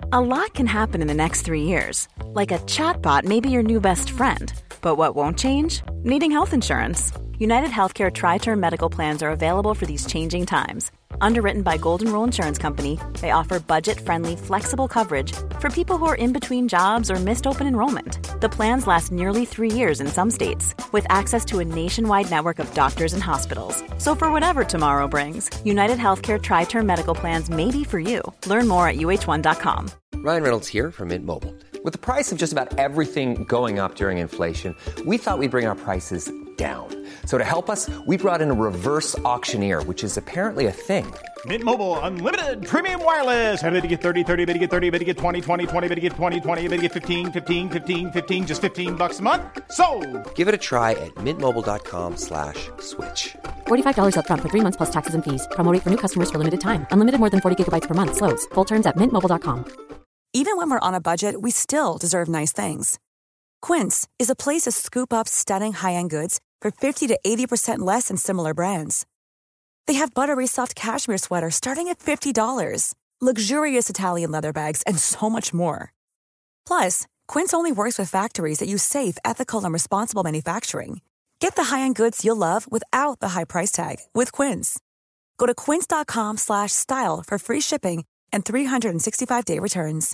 A lot can happen in the next 3 years. Like a chatbot may be your new best friend. But what won't change? Needing health insurance. United Healthcare Tri-Term Medical Plans are available for these changing times. Underwritten by Golden Rule Insurance Company, they offer budget-friendly, flexible coverage for people who are in between jobs or missed open enrollment. The plans last nearly 3 years in some states, with access to a nationwide network of doctors and hospitals. So for whatever tomorrow brings, United Healthcare Tri-Term Medical Plans may be for you. Learn more at uh1.com. Ryan Reynolds here from Mint Mobile. With the price of just about everything going up during inflation, we thought we'd bring our prices down. So to help us, we brought in a reverse auctioneer, which is apparently a thing. Mint Mobile Unlimited Premium Wireless. How to get 30, 30, how to get 30, how to get 20, 20, 20, how to get 20, 20, how to get 15, 15, 15, 15, just $15 a month? Sold! Give it a try at mintmobile.com/switch. $45 up front for 3 months plus taxes and fees. Promo rate for new customers for limited time. Unlimited more than 40 gigabytes per month. Slows full terms at mintmobile.com. Even when we're on a budget, we still deserve nice things. Quince is a place to scoop up stunning high-end goods for 50 to 80% less than similar brands. They have buttery soft cashmere sweaters starting at $50, luxurious Italian leather bags, and so much more. Plus, Quince only works with factories that use safe, ethical, and responsible manufacturing. Get the high-end goods you'll love without the high price tag with Quince. Go to quince.com/style for free shipping and 365-day returns.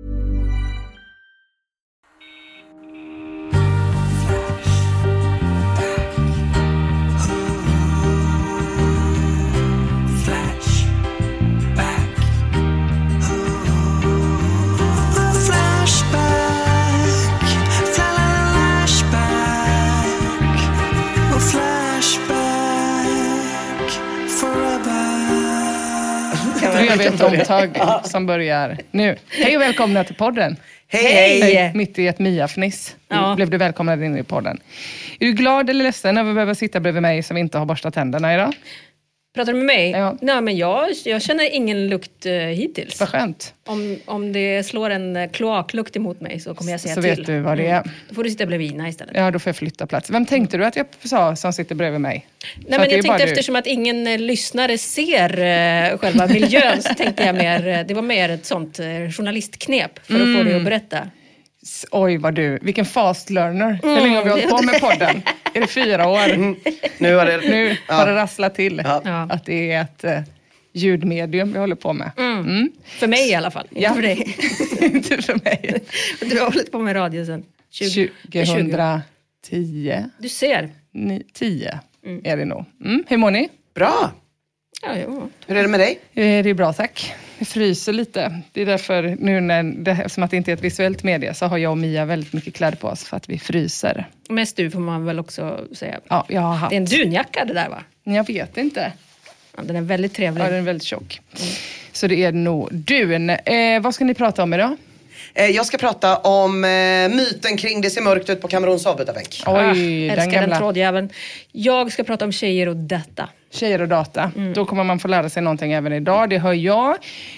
Jag vet omtag som börjar nu. Hej och välkomna till podden. Hej! Mitt i ett Mia-fniss blev du välkomnad in i podden. Är du glad eller ledsen när vi behöver sitta bredvid mig som inte har borstat tänderna idag? Pratar du med mig? Ja. Nej, men jag känner ingen lukt hittills. Vad skönt. Om det slår en kloaklukt emot mig så kommer jag säga så till. Så vet du vad det är. Då får du sitta bredvid Ina istället. Ja, då får jag flytta plats. Vem tänkte du att jag sa som sitter bredvid mig? Nej, men jag tänkte eftersom att ingen lyssnare ser själva miljön så tänkte jag mer, det var mer ett sånt journalistknep för att få dig att berätta. Oj, vilken fast learner. Hur länge har vi hållit på med podden? Är det 4 år? Nu har det rasslat till att det är ett ljudmedium vi håller på med. För mig i alla fall, inte för dig. Inte för mig. Du har hållit på med radio sedan 2010. Du ser. 10 är det nog. Hur mår ni? Bra! Ja. Hur är det med dig? Det är bra, tack. Jag fryser lite. Det är därför nu som att det inte är ett visuellt media så har jag och Mia väldigt mycket kläder på oss för att vi fryser. Mest du får man väl också säga. Ja, jag har haft. Det är en dunjacka det där, va? Jag vet inte. Ja, den är väldigt trevlig. Ja, den är väldigt tjock. Så det är nog dun. Vad ska ni prata om idag? Jag ska prata om myten kring det ser mörkt ut på Kameruns avbytarbänk. Oj, älskar den trådjäveln. Jag ska prata om tjejer och data. Tjejer och data. Då kommer man få lära sig någonting även idag. Det hör jag.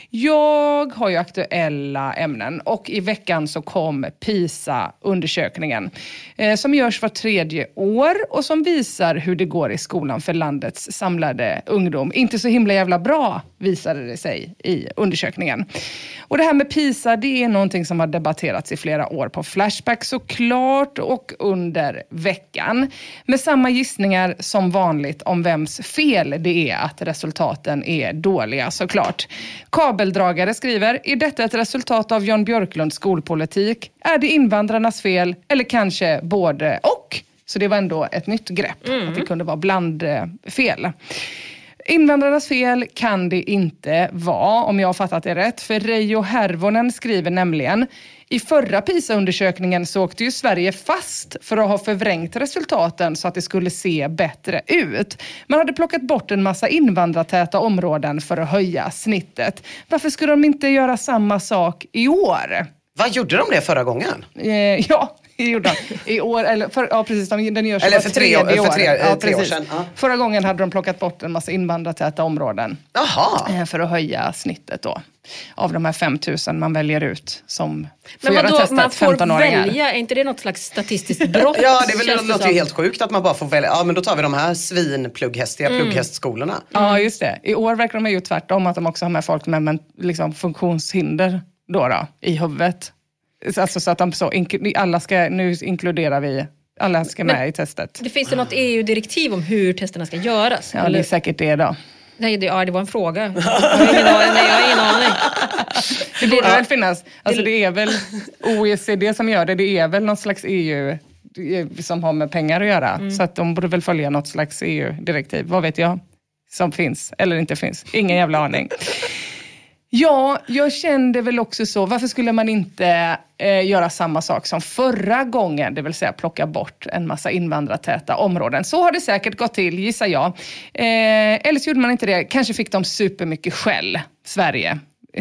Jag har ju aktuella ämnen. Och i veckan så kom PISA-undersökningen. Som görs var 3:e år. Och som visar hur det går i skolan för landets samlade ungdom. Inte så himla jävla bra visade det sig i undersökningen. Och det här med PISA, det är någonting som har debatterats i flera år på Flashback såklart. Och under veckan. Med samma gissningar som vanligt om vems fel det är att resultaten är dåliga såklart. Kabeldragare skriver, är detta ett resultat av Jan Björklunds skolpolitik? Är det invandrarnas fel? Eller kanske både och? Så det var ändå ett nytt grepp. Att det kunde vara blandfel. Invandrarnas fel kan det inte vara, om jag har fattat det rätt. För Reijo Hervonen skriver nämligen, i förra PISA-undersökningen så åkte ju Sverige fast för att ha förvrängt resultaten så att det skulle se bättre ut. Man hade plockat bort en massa invandrartäta områden för att höja snittet. Varför skulle de inte göra samma sak i år? Vad gjorde de det förra gången? Ja, i år, eller precis, den görs eller för tre år sedan. Ja. Förra gången hade de plockat bort en massa invandrartäta områden. Jaha. För att höja snittet då. Av de här 5 000 man väljer ut som får men göra testet, man får 15-åringar. välja, är inte det något slags statistiskt brott? Ja, det är väl något helt sjukt att man bara får välja. Ja, men då tar vi de här plugghästskolorna. Ja, just det. I år verkar de ha gjort tvärtom, att de också har med folk med liksom funktionshinder då i huvudet. Alltså så att de alla ska, nu inkluderar vi, alla ska med i testet. Det finns ju något EU-direktiv om hur testerna ska göras. Ja, det är säkert det då. Nej, det var en fråga. Jag har ingen aning. Det borde väl finnas. Alltså det är väl OECD som gör det. Det är väl någon slags EU som har med pengar att göra. Så att de borde väl följa något slags EU-direktiv. Vad vet jag? Som finns eller inte finns. Ingen jävla aning. Ja, jag kände väl också så. Varför skulle man inte göra samma sak som förra gången? Det vill säga plocka bort en massa invandrartäta områden. Så har det säkert gått till, gissar jag. Eller så gjorde man inte det. Kanske fick de supermycket skäll, Sverige.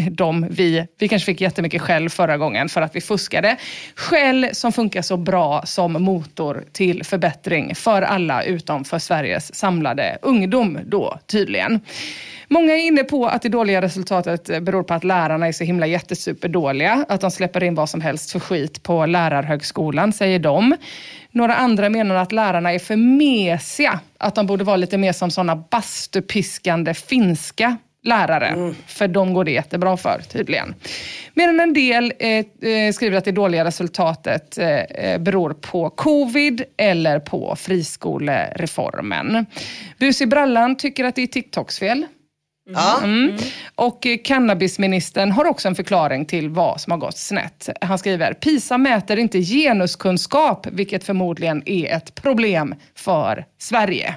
Vi kanske fick jättemycket skäll förra gången för att vi fuskade. Skäll som funkar så bra som motor till förbättring för alla utom för Sveriges samlade ungdom då tydligen. Många är inne på att det dåliga resultatet beror på att lärarna är så himla jättesuperdåliga. Att de släpper in vad som helst för skit på lärarhögskolan, säger de. Några andra menar att lärarna är för mesiga. Att de borde vara lite mer som sådana bastupiskande finska lärare. För de går det jättebra för, tydligen. Medan en del skriver att det dåliga resultatet beror på covid eller på friskolereformen. Bus i brallan tycker att det är TikToks fel. Och cannabisministern har också en förklaring till vad som har gått snett. Han skriver: PISA mäter inte genuskunskap, vilket förmodligen är ett problem för Sverige.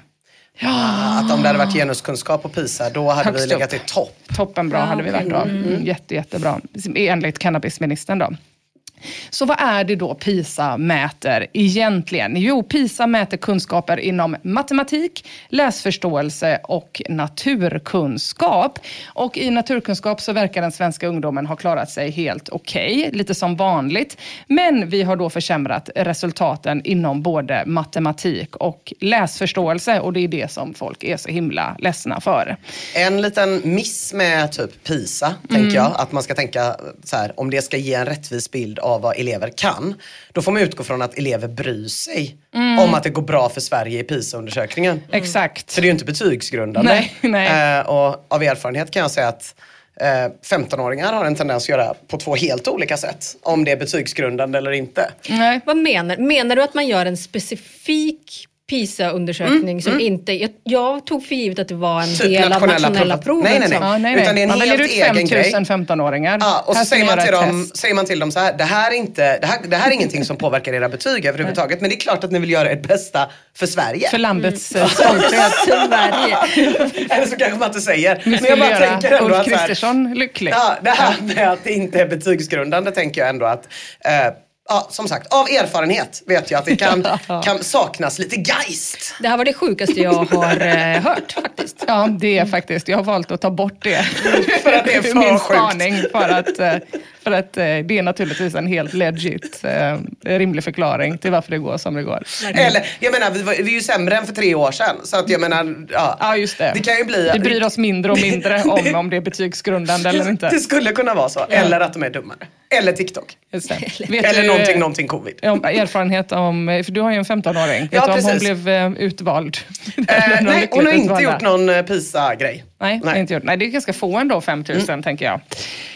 Att om det hade varit genuskunskap på PISA, då hade Högst vi legat i topp. Toppenbra hade vi varit då. Jättebra. Enligt cannabisministern då. Så vad är det då PISA mäter egentligen? Jo, PISA mäter kunskaper inom matematik, läsförståelse och naturkunskap. Och i naturkunskap så verkar den svenska ungdomen ha klarat sig helt okej, lite som vanligt. Men vi har då försämrat resultaten inom både matematik och läsförståelse. Och det är det som folk är så himla ledsna för. En liten miss med typ PISA, tänker jag. Att man ska tänka så här, om det ska ge en rättvis bild av vad elever kan, då får man utgå från att elever bryr sig om att det går bra för Sverige i PISA-undersökningen. Exakt. Så det är ju inte betygsgrundande. Nej. Och av erfarenhet kan jag säga att 15-åringar har en tendens att göra på 2 helt olika sätt. Om det är betygsgrundande eller inte. Nej. Vad menar du att man gör en specifik PISA-undersökning som inte... Jag tog för givet att det var en del av nationella proven. Nej. Ja, nej. Utan det är en man helt egen grej. 15-åringar. Ja, och så säger man till dem så här: det här är ingenting som påverkar era betyg överhuvudtaget, men det är klart att ni vill göra ert bästa för Sverige. För landets stolthet. Sverige. Eller så kanske man inte säger. Men jag bara tänker ändå Ulf Kristersson lycklig. Ja, det här med att det inte är betygsgrundande tänker jag ändå att... Ja, som sagt, av erfarenhet vet jag att det kan saknas lite geist. Det här var det sjukaste jag har hört faktiskt. Ja, det är faktiskt. Jag har valt att ta bort det. För att det är för min sjukt. spaning för att det är naturligtvis en helt legit rimlig förklaring till varför det går som det går. Eller, jag menar, vi är ju sämre än för 3 år sedan. Så att jag menar, ja just det. Det kan ju bli... Vi bryr oss mindre och mindre om det är betygsgrundande eller inte. Det skulle kunna vara så. Ja. Eller att de är dummare. Eller TikTok. Just det. Eller någonting covid. Erfarenhet om, för du har ju en 15-åring. Vet du om hon blev utvald? Nej, hon har inte gjort någon PISA-grej. Nej, inte gjort. Nej, det är ganska få ändå, 5000 tänker jag.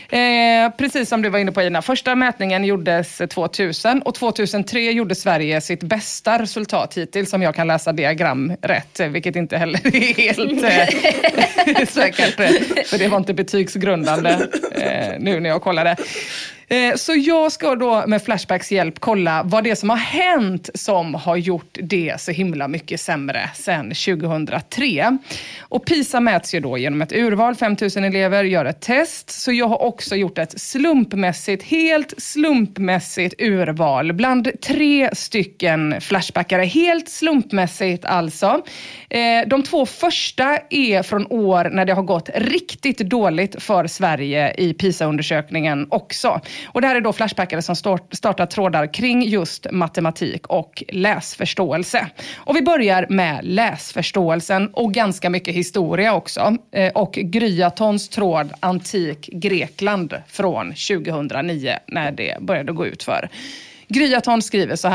Precis som du var inne på, Ina. Första mätningen gjordes 2000 och 2003 gjorde Sverige sitt bästa resultat hittills, som jag kan läsa diagram rätt, vilket inte heller är helt säkert, för det var inte betygsgrundande nu när jag kollade. Så jag ska då med Flashbacks hjälp kolla vad det är som har hänt som har gjort det så himla mycket sämre sedan 2003. Och PISA mäts ju då genom ett urval. 5000 elever gör ett test. Så jag har också gjort ett helt slumpmässigt urval bland 3 stycken Flashbackare. Helt slumpmässigt alltså. De 2 första är från år när det har gått riktigt dåligt för Sverige i PISA-undersökningen också. Och det här är då Flashbackare som startar trådar kring just matematik och läsförståelse. Och vi börjar med läsförståelsen och ganska mycket historia också. Och Gryatons tråd Antik Grekland från 2009 när det började gå ut för. Gryaton skriver så här: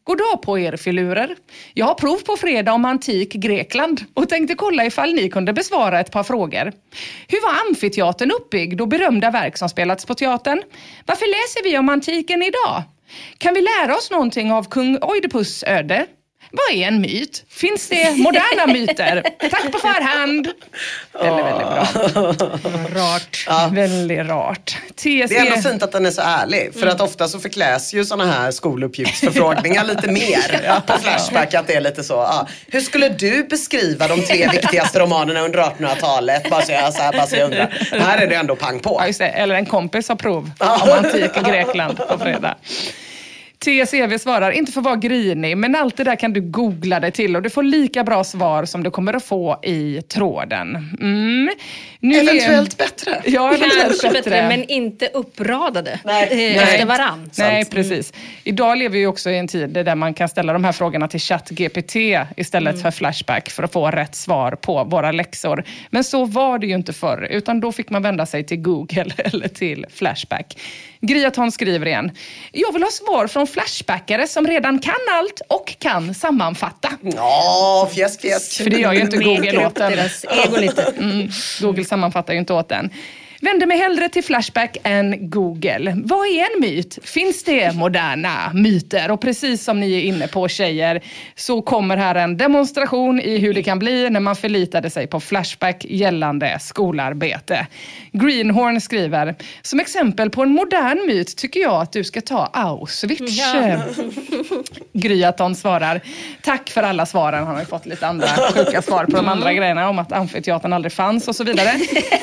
God dag på er filurer. Jag har prov på fredag om antik Grekland och tänkte kolla ifall ni kunde besvara ett par frågor. Hur var amfiteatern uppbyggd och berömda verk som spelats på teatern? Varför läser vi om antiken idag? Kan vi lära oss någonting av kung Oidipus öde? Vad är en myt? Finns det moderna myter? Tack på förhand! Väldigt bra. Rart. Ja. Väldigt rart. Det är ändå fint att den är så ärlig. För att ofta så förkläs ju såna här skoluppgiftsförfrågningar lite mer på Flashback. Att det är lite så. Hur skulle du beskriva de 3 viktigaste romanerna under 1800-talet? Bara så jag undrar. Här är det ändå pang på. Ja, just det. Eller en kompis har prov om antik Grekland på fredag. TSEV svarar, inte för att vara grinig, men allt det där kan du googla dig till och du får lika bra svar som du kommer att få i tråden. Eventuellt bättre. Ja, Kanske bättre, men inte uppradade efter varann. Nej, precis. Idag lever vi också i en tid där man kan ställa de här frågorna till ChatGPT istället för Flashback för att få rätt svar på våra läxor. Men så var det ju inte förr, utan då fick man vända sig till Google eller till Flashback. Griaton skriver igen. Jag vill ha svar från flashbackare som redan kan allt och kan sammanfatta. Ja, fjäsk. För det gör ju inte Google åt den. Deras ego lite. Google sammanfattar ju inte åt den. Vänder mig hellre till Flashback än Google. Vad är en myt? Finns det moderna myter? Och precis som ni är inne på, tjejer, så kommer här en demonstration i hur det kan bli när man förlitade sig på Flashback gällande skolarbete. Greenhorn skriver, som exempel på en modern myt tycker jag att du ska ta Auschwitz. Ja. Gryaton svarar, tack för alla svaren. Han har ju fått lite andra sjuka svar på de andra grejerna om att amfiteatern aldrig fanns och så vidare.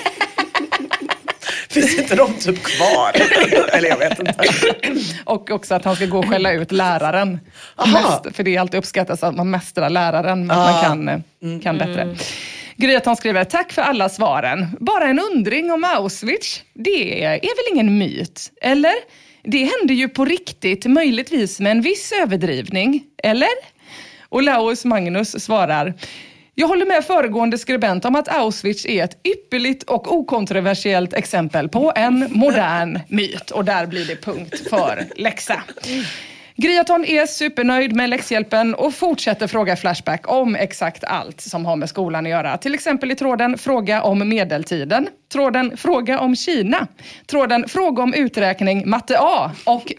Finns inte de typ kvar? Eller jag vet inte. Och också att han ska gå och skälla ut läraren. För det är alltid uppskattas att man mästrar läraren. Men man kan bättre. Gryaton skriver, tack för alla svaren. Bara en undring om Auschwitz. Det är väl ingen myt? Eller? Det hände ju på riktigt, möjligtvis med en viss överdrivning. Eller? Och Laus Magnus svarar, jag håller med föregående skribent om att Auschwitz är ett ypperligt och okontroversiellt exempel på en modern myt. Och där blir det punkt för läxa. Gryaton är supernöjd med läxhjälpen och fortsätter fråga Flashback om exakt allt som har med skolan att göra. Till exempel i tråden fråga om medeltiden, tråden fråga om Kina, tråden fråga om uträkning matte A och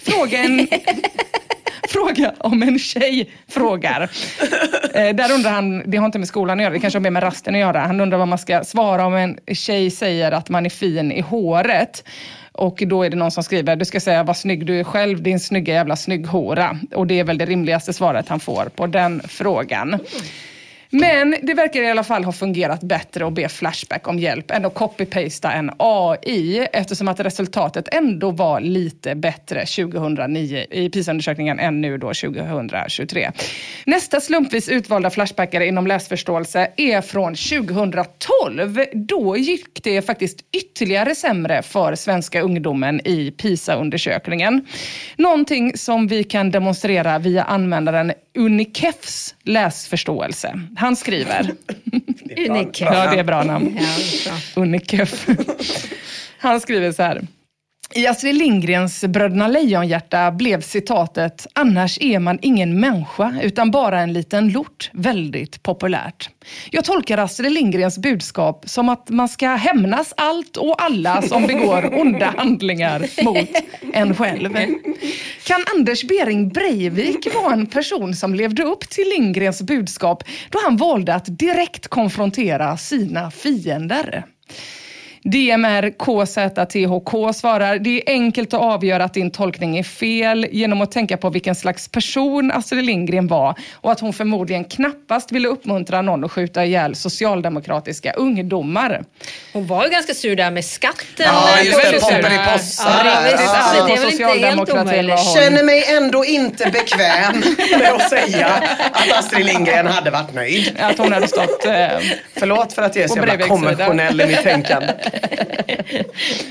fråga om en tjej frågar. Där undrar han, det har inte med skolan att göra, det kanske har med rasten att göra. Han undrar vad man ska svara om en tjej säger att man är fin i håret. Och då är det någon som skriver, du ska säga vad snygg du är själv, din snygga jävla snygghora. Och det är väl det rimligaste svaret han får på den frågan. Men det verkar i alla fall ha fungerat bättre att be Flashback om hjälp än att copy-pasta en AI, eftersom att resultatet ändå var lite bättre 2009 i PISA-undersökningen än nu då 2023. Nästa slumpvis utvalda Flashbackare inom läsförståelse är från 2012. Då gick det faktiskt ytterligare sämre för svenska ungdomen i PISA-undersökningen. Någonting som vi kan demonstrera via användaren Unikefs läsförståelse. Han skriver. Unikef. Ja, det är bra namn. Ja, Unikef. Han skriver så här. I Astrid Lindgrens Bröderna Lejonhjärta blev citatet annars är man ingen människa utan bara en liten lort väldigt populärt. Jag tolkar Astrid Lindgrens budskap som att man ska hämnas allt och alla som begår onda handlingar mot en själv. Kan Anders Bering Breivik vara en person som levde upp till Lindgrens budskap då han valde att direkt konfrontera sina fiender? DMR KZTHK svarar, det är enkelt att avgöra att din tolkning är fel genom att tänka på vilken slags person Astrid Lindgren var och att hon förmodligen knappast ville uppmuntra någon att skjuta ihjäl socialdemokratiska ungdomar. Hon var ju ganska sur där med skatten. Ja, just det, Pomperipossa. Det är väl inte helt omöjligt. Känner mig ändå inte bekväm med att säga att Astrid Lindgren hade varit nöjd. Att hon hade stått... Förlåt för att jag är så jävla konventionell i mitt tänkande.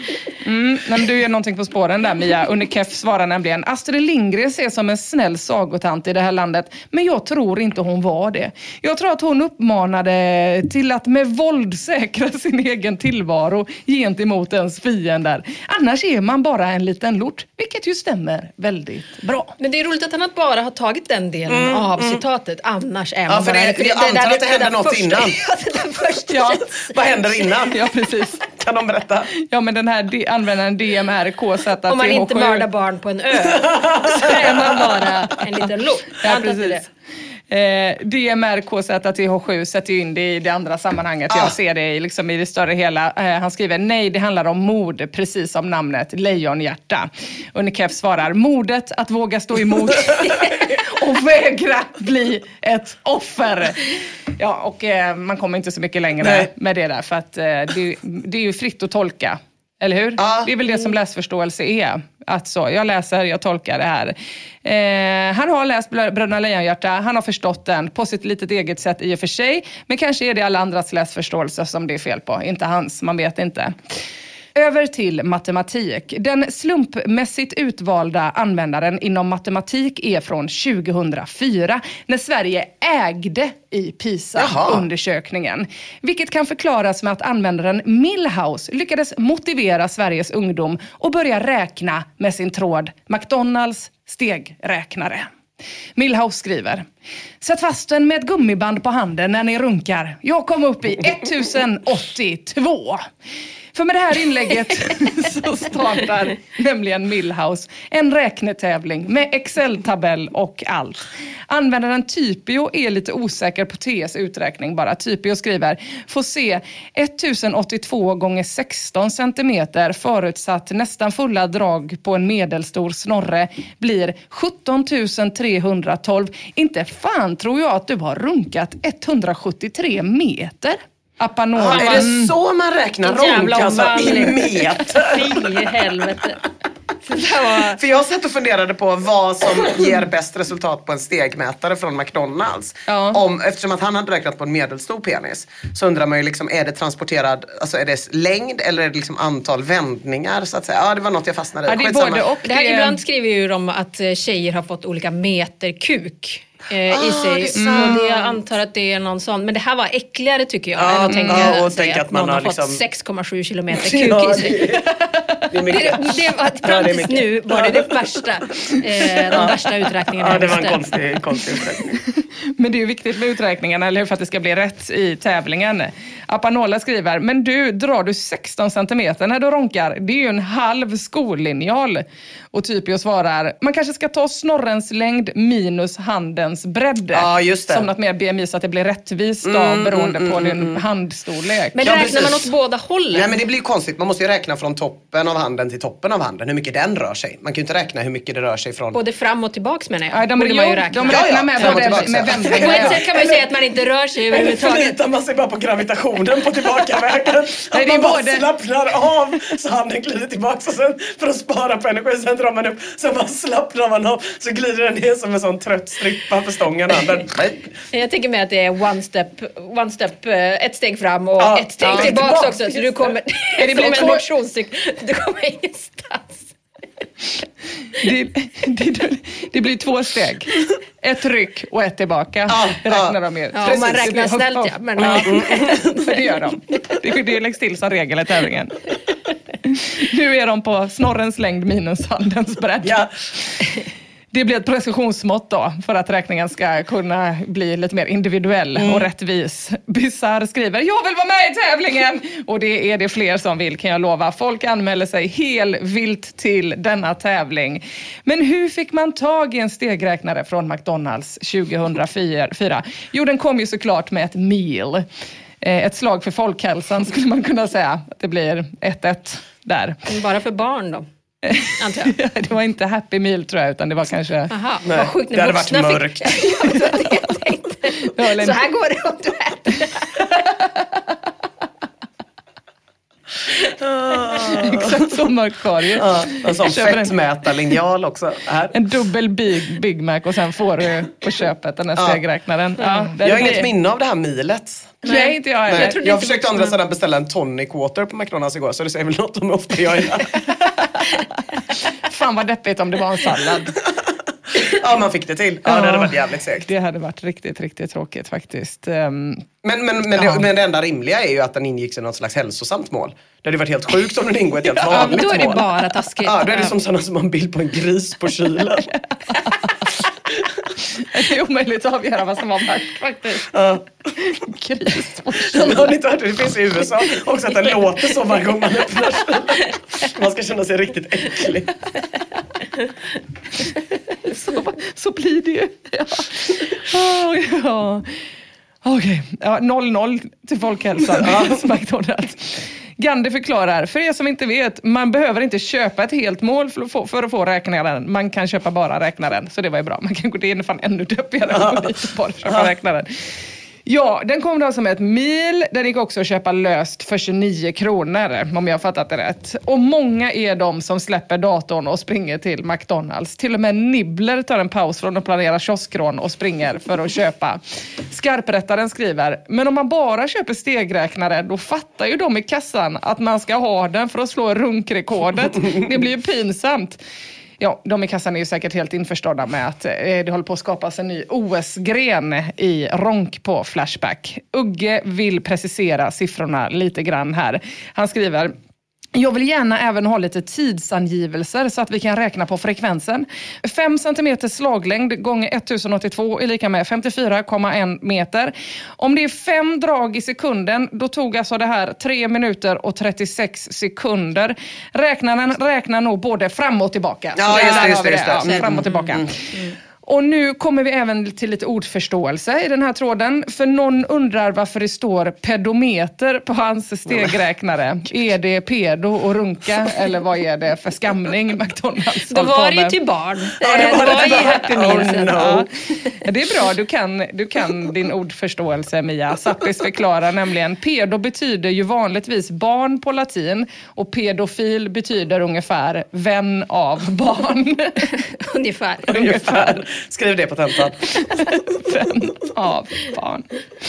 Men du är någonting på spåren där, Mia. Unicef svarar nämligen: Astrid Lindgren ses som en snäll sagotant i det här landet, men jag tror inte hon var det. Jag tror att hon uppmanade till att med våld säkra sin egen tillvaro gentemot ens fiender. Annars är man bara en liten lort, vilket ju stämmer väldigt bra. Men det är roligt att han bara har tagit den delen av citatet. Annars är man Ja, för jag antar att det händer något innan. Ja. Vad händer innan? Ja, precis. Kan de berätta? Ja, men den här användaren DMRK-ZTH7. Om man inte mördar barn på en ö så är man bara en liten lort. Ja, precis. DMRK-ZTH7 sätter ju in det i det andra sammanhanget. Jag ser det liksom i det större hela. Han skriver: nej, det handlar om mod, precis som namnet Lejonhjärta. Unicef svarar: modet att våga stå emot och vägra bli ett offer. Ja, och man kommer inte så mycket längre med det där, för att det är ju fritt att tolka. Eller hur? Ja. Det är väl det som läsförståelse är. Att så, jag läser, jag tolkar det här. Han har läst Bröderna Lejonhjärta. Han har förstått den på sitt litet eget sätt i och för sig. Men kanske är det alla andras läsförståelse som det är fel på. Inte hans, man vet inte. Över till matematik. Den slumpmässigt utvalda användaren inom matematik är från 2004 när Sverige ägde i PISA-undersökningen. Vilket kan förklaras med att användaren Milhouse lyckades motivera Sveriges ungdom och börja räkna med sin tråd McDonalds stegräknare. Milhouse skriver: sätt fast den med ett gummiband på handen när ni runkar. Jag kom upp i 1082. För med det här inlägget så startar nämligen Milhouse en räknetävling med Excel-tabell och allt. Användaren Typio är lite osäker på TS uträkning bara. Typio skriver: får se 1082 gånger 16 centimeter förutsatt nästan fulla drag på en medelstor snorre blir 17 312. Inte fan tror jag att du har runkat 173 meter. Apanola. Är det så man räknar ronk, alltså i meter? I helvete. För jag satt och funderade på vad som ger bäst resultat på en stegmätare från McDonalds. Ja. Eftersom att han hade räknat på en medelstor penis, så undrar man ju liksom, är det transporterad, alltså är det längd eller är det liksom antal vändningar så att säga? Ja, det var något jag fastnade i. Ja, det är både och. Det här ibland skriver ju de att tjejer har fått olika meter kuk i sig. Och jag antar att det är någon sån. Men det här var äckligare tycker jag. Än att tänka att man har liksom 6,7 kilometer kuk i sig. Det var fram tills nu var det värsta. De värsta uträkningarna. Ja, det var en konstig uträkning. Men det är ju viktigt med uträkningarna, eller hur, för att det ska bli rätt i tävlingen. Apanola skriver: men drar du 16 centimeter när du ronkar? Det är ju en halv skollinjal. Och Typio svarar: man kanske ska ta snorrens längd minus handens bredd. Ja, just det. Som något mer BMI så att det blir rättvist då, beroende på din handstorlek. Men räknar man åt båda hållen? Nej, men det blir ju konstigt. Man måste ju räkna från toppen av handen till toppen av handen. Hur mycket den rör sig. Man kan ju inte räkna hur mycket det rör sig från... Både fram och tillbaks menar jag. Ja, de räknar med vändningar. På ett sätt kan man ju säga att man inte rör sig överhuvudtaget. Förlitar man sig bara på gravitationen på tillbakavägen. Att man bara slappnar av så handen glider tillbaks. Och sen för att spara på energi, sen drar man upp. Så bara slappnar man av, så glider den ner som en sån trött strippa för stången. Jag tänker med att det är one step, ett steg fram och ett steg tillbaks också. Så du kommer... Det blir en motionscykel. Du kommer ingenstans. Det blir 2 steg. Ett ryck och ett tillbaka. Räknar de med. Ja, man räknar snällt, ja. Men... För det gör de. Det läggs till som regel i tävlingen. Nu är de på snorrens längd minus handens bredd. Ja. Det blir ett precisionsmått då för att räkningen ska kunna bli lite mer individuell och rättvis. Bizarre skriver: jag vill vara med i tävlingen! Och det är det fler som vill, kan jag lova. Folk anmäler sig helt till denna tävling. Men hur fick man tag i en stegräknare från McDonalds 2004? Jo, den kom ju såklart med ett meal. Ett slag för folkhälsan skulle man kunna säga. Det blir 1-1 där. Bara för barn då? Det var inte Happy Meal tror jag, utan det var kanske... Aha, vad sjukt. Det hade varit mörkt. Så här går det om du äter. Exakt så mörkt var det ju. En sån fettmätarlinjal också. Här. En dubbel Big Mac och sen får du på köpet den här stegräknaren. Jag har inget minne av det här milet. Nej, inte jag heller. Jag försökte andra sidan beställa en tonic water på McDonalds igår, så det säger väl något om hur ofta jag gör. Fan vad deppigt om det var en sallad. Ja, man fick det till. Ja, det hade varit jävligt segt. Det hade varit riktigt, riktigt tråkigt faktiskt. Men det enda rimliga är ju att den ingicks i något slags hälsosamt mål. Det hade varit helt sjukt om den ingår ett helt vanligt mål. Då är det bara taskigt. Ja, då är det som sådana som har en bild på en gris på kylen. Det är omöjligt att avgöra vad som var värt faktiskt. Gris på kylen. Det finns i USA också att den låter så varje gång man öppnar kylen. Man ska känna sig riktigt äcklig. Så blir det ju. Ja. Okej. 0-0 till folkhälsan. McDonalds. Gandhi förklarar, för er som inte vet, man behöver inte köpa ett helt mål för att få räknaren. Man kan köpa bara räknaren, så det var ju bra. Man kan gå in fan ännu deppigare och bara köpa räknaren. Ja, den kom då som ett mil. Den gick också att köpa löst för 29 kronor, om jag har fattat det rätt. Och många är de som släpper datorn och springer till McDonalds. Till och med Nibbler tar en paus från att planera kioskrån och springer för att köpa. Skarprättaren skriver, men om man bara köper stegräknare, då fattar ju de i kassan att man ska ha den för att slå runkrekordet. Det blir ju pinsamt. Ja, de i kassan är ju säkert helt införstådda med att det håller på att skapas en ny OS-gren i ronk på Flashback. Ugge vill precisera siffrorna lite grann här. Han skriver, jag vill gärna även ha lite tidsangivelser så att vi kan räkna på frekvensen. 5 cm slaglängd gånger 1082 är lika med 54,1 meter. Om det är 5 drag i sekunden, då tog alltså det här 3 minuter och 36 sekunder. Räknaren räknar nog både fram och tillbaka. Ja, just det. Ja, fram och tillbaka. Och nu kommer vi även till lite ordförståelse i den här tråden. För någon undrar varför det står pedometer på hans stegräknare. Är det pedo och runka? Eller vad är det för skamning McDonalds? Då var det ju till barn. Det var ju Happy Mealsen. Ja. Det är bra, du kan din ordförståelse, Mia. Zappis förklarar nämligen, pedo betyder ju vanligtvis barn på latin. Och pedofil betyder ungefär vän av barn. Ungefär. Skriv det på tentan. Vän av barn.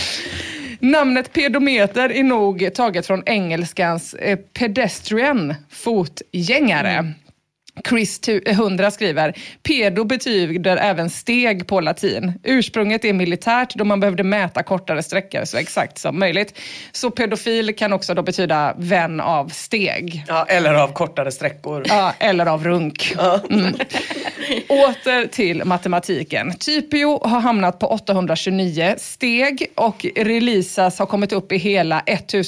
Namnet pedometer är nog taget från engelskans pedestrian, fotgängare. Chris 100 skriver, pedo betyder även steg på latin. Ursprunget är militärt då man behövde mäta kortare sträckor så exakt som möjligt. Så pedofil kan också då betyda vän av steg. Ja, eller av kortare sträckor. Ja, eller av runk. Åter till matematiken. Typio har hamnat på 829 steg och Relisas har kommit upp i hela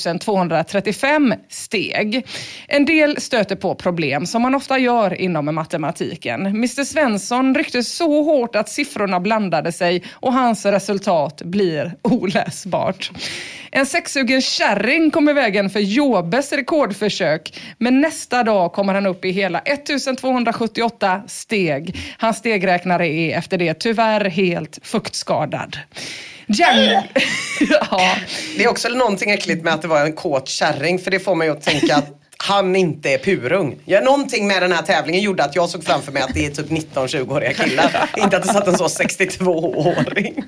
1235 steg. En del stöter på problem som man ofta gör inom matematiken. Mr. Svensson ryckte så hårt att siffrorna blandade sig och hans resultat blir oläsbart. En sexsugen kärring kom i vägen för Jobes rekordförsök, men nästa dag kommer han upp i hela 1278 steg. Hans stegräknare är efter det tyvärr helt fuktskadad. Ja. Det är också någonting äckligt med att det var en kåt kärring, för det får man ju att tänka att han inte är purung. Ja, någonting med den här tävlingen gjorde att jag såg framför mig att det är typ 19-20-åriga killar. Inte att det satt en så 62-åring.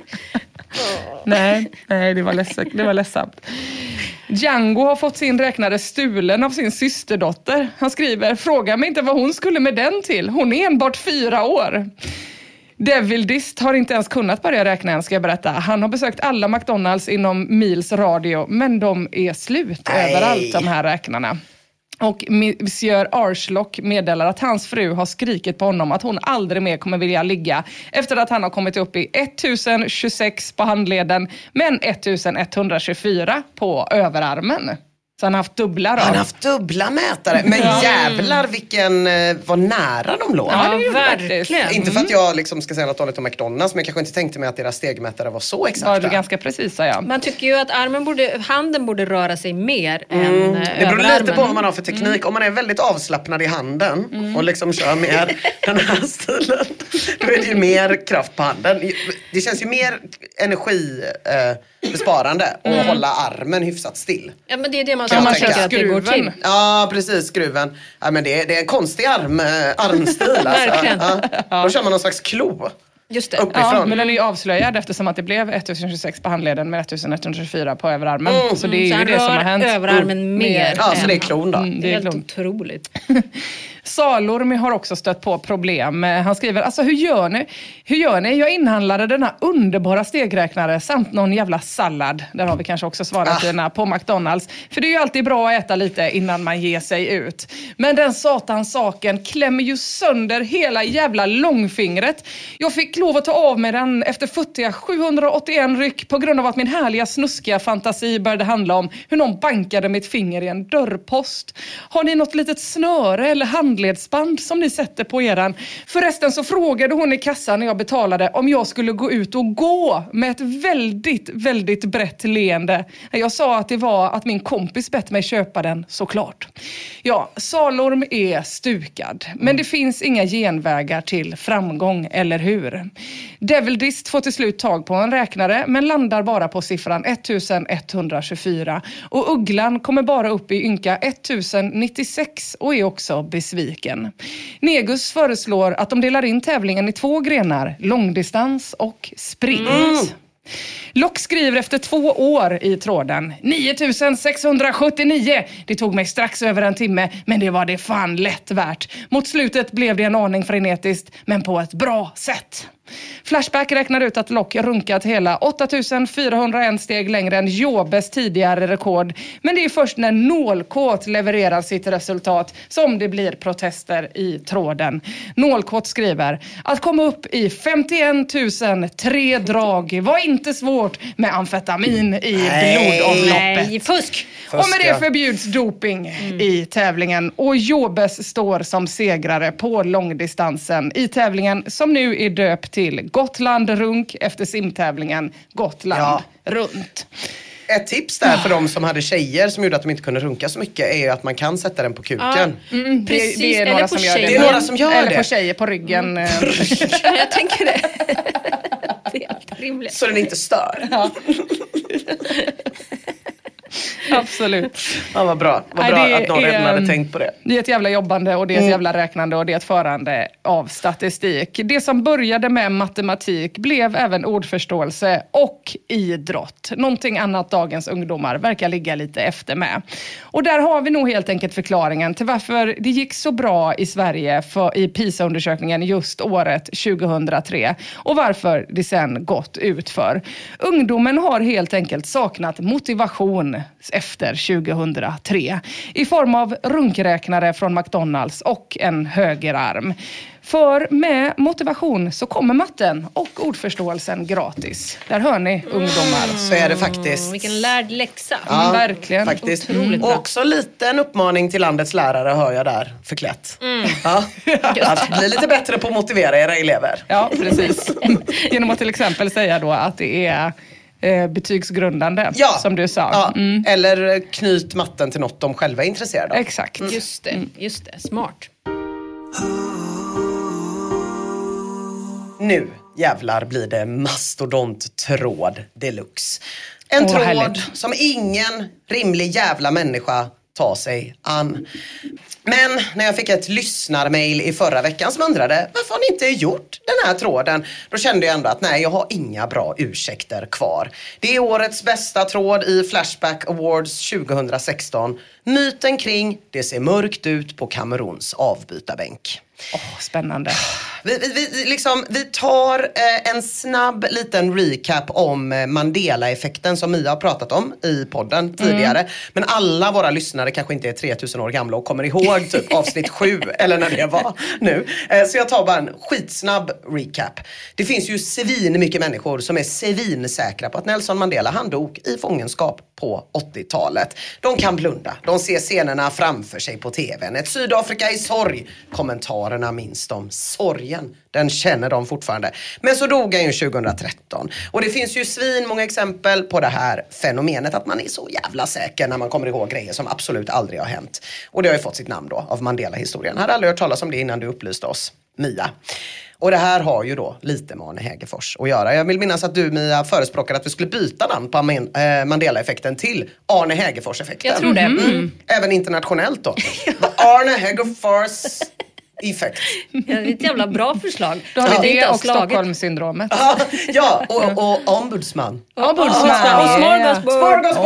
Nej, det var ledsamt. Django har fått sin räknare stulen av sin systerdotter. Han skriver, fråga mig inte vad hon skulle med den till. Hon är enbart 4 år. Devil Dist har inte ens kunnat börja räkna än, ska jag berätta. Han har besökt alla McDonalds inom mils radio, men de är slut överallt, de här räknarna. Och Monsieur Arschlock meddelar att hans fru har skrikit på honom att hon aldrig mer kommer vilja ligga efter att han har kommit upp i 1026 på handleden men 1124 på överarmen. Så han har haft dubbla då. Han har haft dubbla mätare. Men jävlar vad nära de låg. Ja, verkligen. Inte för att jag liksom ska säga något dåligt om McDonalds, men jag kanske inte tänkte mig att deras stegmätare var så exakta. Ja, det är ganska precis, ja. Man tycker ju att handen borde röra sig mer än överarmen. Det beror lite på vad man har för teknik. Om man är väldigt avslappnad i handen och liksom kör mer den här stilen, då är det ju mer kraft på handen. Det känns ju mer energibesparande att hålla armen hyfsat still. Ja, men det är det man tänker att det går till. Ja, precis, skruven. Ja, men det är en konstig armstil. Alltså. Ja. Då kör man någon slags klo. Just det. Uppifrån. Ja, men den är ju avslöjad eftersom att det blev 1026 på handleden med 1124 på överarmen. Så det är ju det som har hänt. Överarmen mer. Ja, så det är klon då. Det är helt otroligt. Salorm har också stött på problem. Han skriver, alltså hur gör ni? Jag inhandlade den här underbara stegräknare samt någon jävla sallad. Där har vi kanske också svarat på McDonalds. För det är ju alltid bra att äta lite innan man ger sig ut. Men den satans saken klämmer ju sönder hela jävla långfingret. Jag fick lov att ta av mig den efter futtiga 781 ryck på grund av att min härliga snuskiga fantasi började handla om hur någon bankade mitt finger i en dörrpost. Har ni något litet snöre eller handledsband som ni sätter på eran? Förresten så frågade hon i kassan när jag betalade om jag skulle gå ut och gå med ett väldigt, väldigt brett leende. Jag sa att det var att min kompis bett mig köpa den, såklart. Ja, Salorm är stukad. Men det finns inga genvägar till framgång, eller hur? Devilist får till slut tag på en räknare men landar bara på siffran 1124. Och Ugglan kommer bara upp i ynka 1096 och är också besviken. Negus föreslår att de delar in tävlingen i 2 grenar, långdistans och sprint. Lock skriver efter 2 år i tråden. 9679. Det tog mig strax över en timme, men det var det fan lätt värt. Mot slutet blev det en aning frenetiskt, men på ett bra sätt. Flashback räknar ut att Lock runkat hela 8401 steg längre än Jobes tidigare rekord. Men det är först när Nålkåt levererar sitt resultat som det blir protester i tråden. Nålkåt skriver att komma upp i 51 3 drag var inte svårt med amfetamin i blodomloppet. Nej, fusk! Och med det förbjuds doping i tävlingen. Och Jobes står som segrare på långdistansen i tävlingen som nu är döpt till Gotland Runk efter simtävlingen Gotland runt. Ett tips där för de som hade tjejer som gjorde att de inte kunde runka så mycket är ju att man kan sätta den på kuken. Precis, det är några som gör det. Det är några som gör eller det. På tjejer på ryggen. Jag tänker det. Det är helt rimligt. Så den inte stör. Ja. Absolut. Ja, vad bra. Vad bra att någon redan hade tänkt på det. Det är ett jävla jobbande och det är ett jävla räknande och det är ett förande av statistik. Det som började med matematik blev även ordförståelse och idrott. Någonting annat dagens ungdomar verkar ligga lite efter med. Och där har vi nog helt enkelt förklaringen till varför det gick så bra i Sverige i PISA-undersökningen just året 2003. Och varför det sen gått ut för. Ungdomen har helt enkelt saknat motivation efter 2003 i form av runkräknare från McDonalds och en högerarm. För med motivation så kommer matten och ordförståelsen gratis. Där hör ni, ungdomar. Så är det faktiskt. Vilken lärd läxa. Ja, verkligen. Faktiskt. Otroligt bra. Och också lite en uppmaning till landets lärare hör jag där, förklätt. Ja. Att bli lite bättre på att motivera era elever. Ja, precis. Genom att till exempel säga då att det är betygsgrundande, som du sa. Ja. Eller knyt matten till något de själva är intresserade av. Exakt. Just det. Smart. Nu jävlar blir det mastodonttråd deluxe. En tråd härligt. som ingen rimlig jävla människa tar sig an. Men när jag fick ett lyssnarmail i förra veckan som undrade varför har ni inte gjort den här tråden, då kände jag ändå att nej, jag har inga bra ursäkter kvar. Det är årets bästa tråd i Flashback Awards 2016. Myten kring det ser mörkt ut på Kameruns avbytarbänk. Spännande. Vi tar en snabb liten recap om Mandela-effekten som Mia har pratat om i podden tidigare. Men alla våra lyssnare kanske inte är 3000 år gamla och kommer ihåg typ avsnitt 7 eller när det var nu. Så jag tar bara en skitsnabb recap. Det finns ju svin mycket människor som är svinsäkra på att Nelson Mandela han dog i fångenskap på 80-talet. De kan blunda. De ser scenerna framför sig på tvn. Ett Sydafrika i sorg. Kommentarerna minns de. Sorgen, den känner de fortfarande. Men så dog han ju 2013. Och det finns ju svin många exempel på det här fenomenet att man är så jävla säker när man kommer ihåg grejer som absolut aldrig har hänt. Och det har ju fått sitt namn då av Mandela-historien. Jag hade aldrig hört talas om det innan du upplyste oss, Mia. Och det här har ju då lite med Arne Hegerfors att göra. Jag vill minnas att du, Mia, förespråkade att vi skulle byta namn på Mandela-effekten till Arne Hegerfors-effekten. Jag tror det. Även internationellt då. Arne Hegerfors effekt. Ja, det är ett jävla bra förslag. Då har vi det och Stockholmssyndromet. Ja, och ombudsman. Och smorgasbord.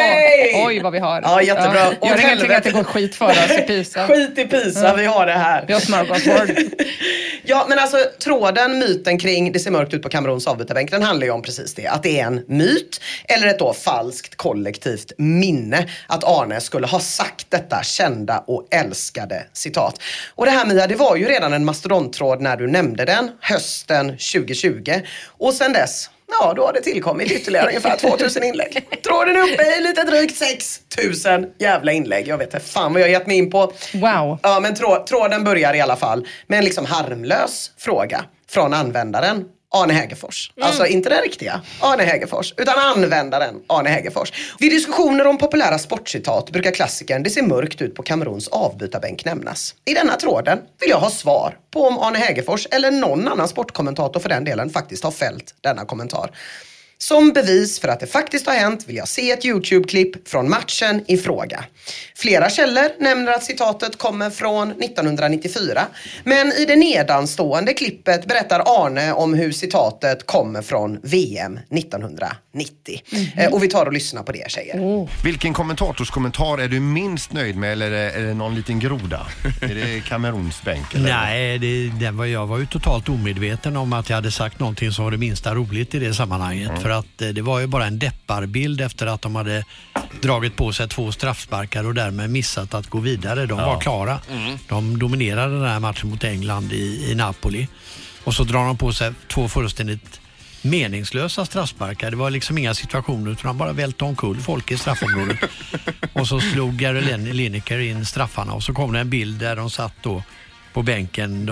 Oj, vad vi har. Ja, jättebra. Jag har ingenting att det går skit för oss i Pisa. Skit i Pisa, vi har det här. Vi har smorgasbord. Ja, men alltså tråden, myten kring det ser mörkt ut på Kameruns avbytarbänk, den handlar ju om precis det. Att det är en myt, eller ett då falskt kollektivt minne. Att Arne skulle ha sagt detta kända och älskade citat. Och det här, Mia, det var ju redan en mastodonttråd när du nämnde den, hösten 2020. Och sen dess, ja, då har det tillkommit ytterligare ungefär 2000 inlägg. Tråden är uppe i lite drygt 6000 jävla inlägg. Jag vet inte fan vad jag har gett mig in på. Wow. Ja, men tråden börjar i alla fall med en liksom harmlös fråga från användaren Arne Hägerfors. Alltså inte den riktiga Arne Hägerfors, utan användaren Arne Hägerfors. Vid diskussioner om populära sportcitat brukar klassikern "det ser mörkt ut på Kameruns avbytarbänk" nämnas. I denna tråden vill jag ha svar på om Arne Hägerfors eller någon annan sportkommentator för den delen faktiskt har fällt denna kommentar. Som bevis för att det faktiskt har hänt vill jag se ett YouTube-klipp från matchen i fråga. Flera källor nämner att citatet kommer från 1994. Men i det nedanstående klippet berättar Arne om hur citatet kommer från VM 1990. Och vi tar och lyssnar på det, tjejer. Vilken kommentar är du minst nöjd med, eller är det någon liten groda? Är det Kameruns bänk? Eller? Nej, jag var ju totalt omedveten om att jag hade sagt någonting som var det minsta roligt i det sammanhanget. För att det var ju bara en depparbild efter att de hade dragit på sig 2 straffsparkar och därmed missat att gå vidare. De var klara. De dominerade den här matchen mot England i Napoli. Och så drar de på sig 2 fullständigt meningslösa straffsparkar. Det var liksom inga situationer utan de bara välte omkull folk i straffområdet. Och så slog Gary Lineker in straffarna och så kom det en bild där de satt då på bänken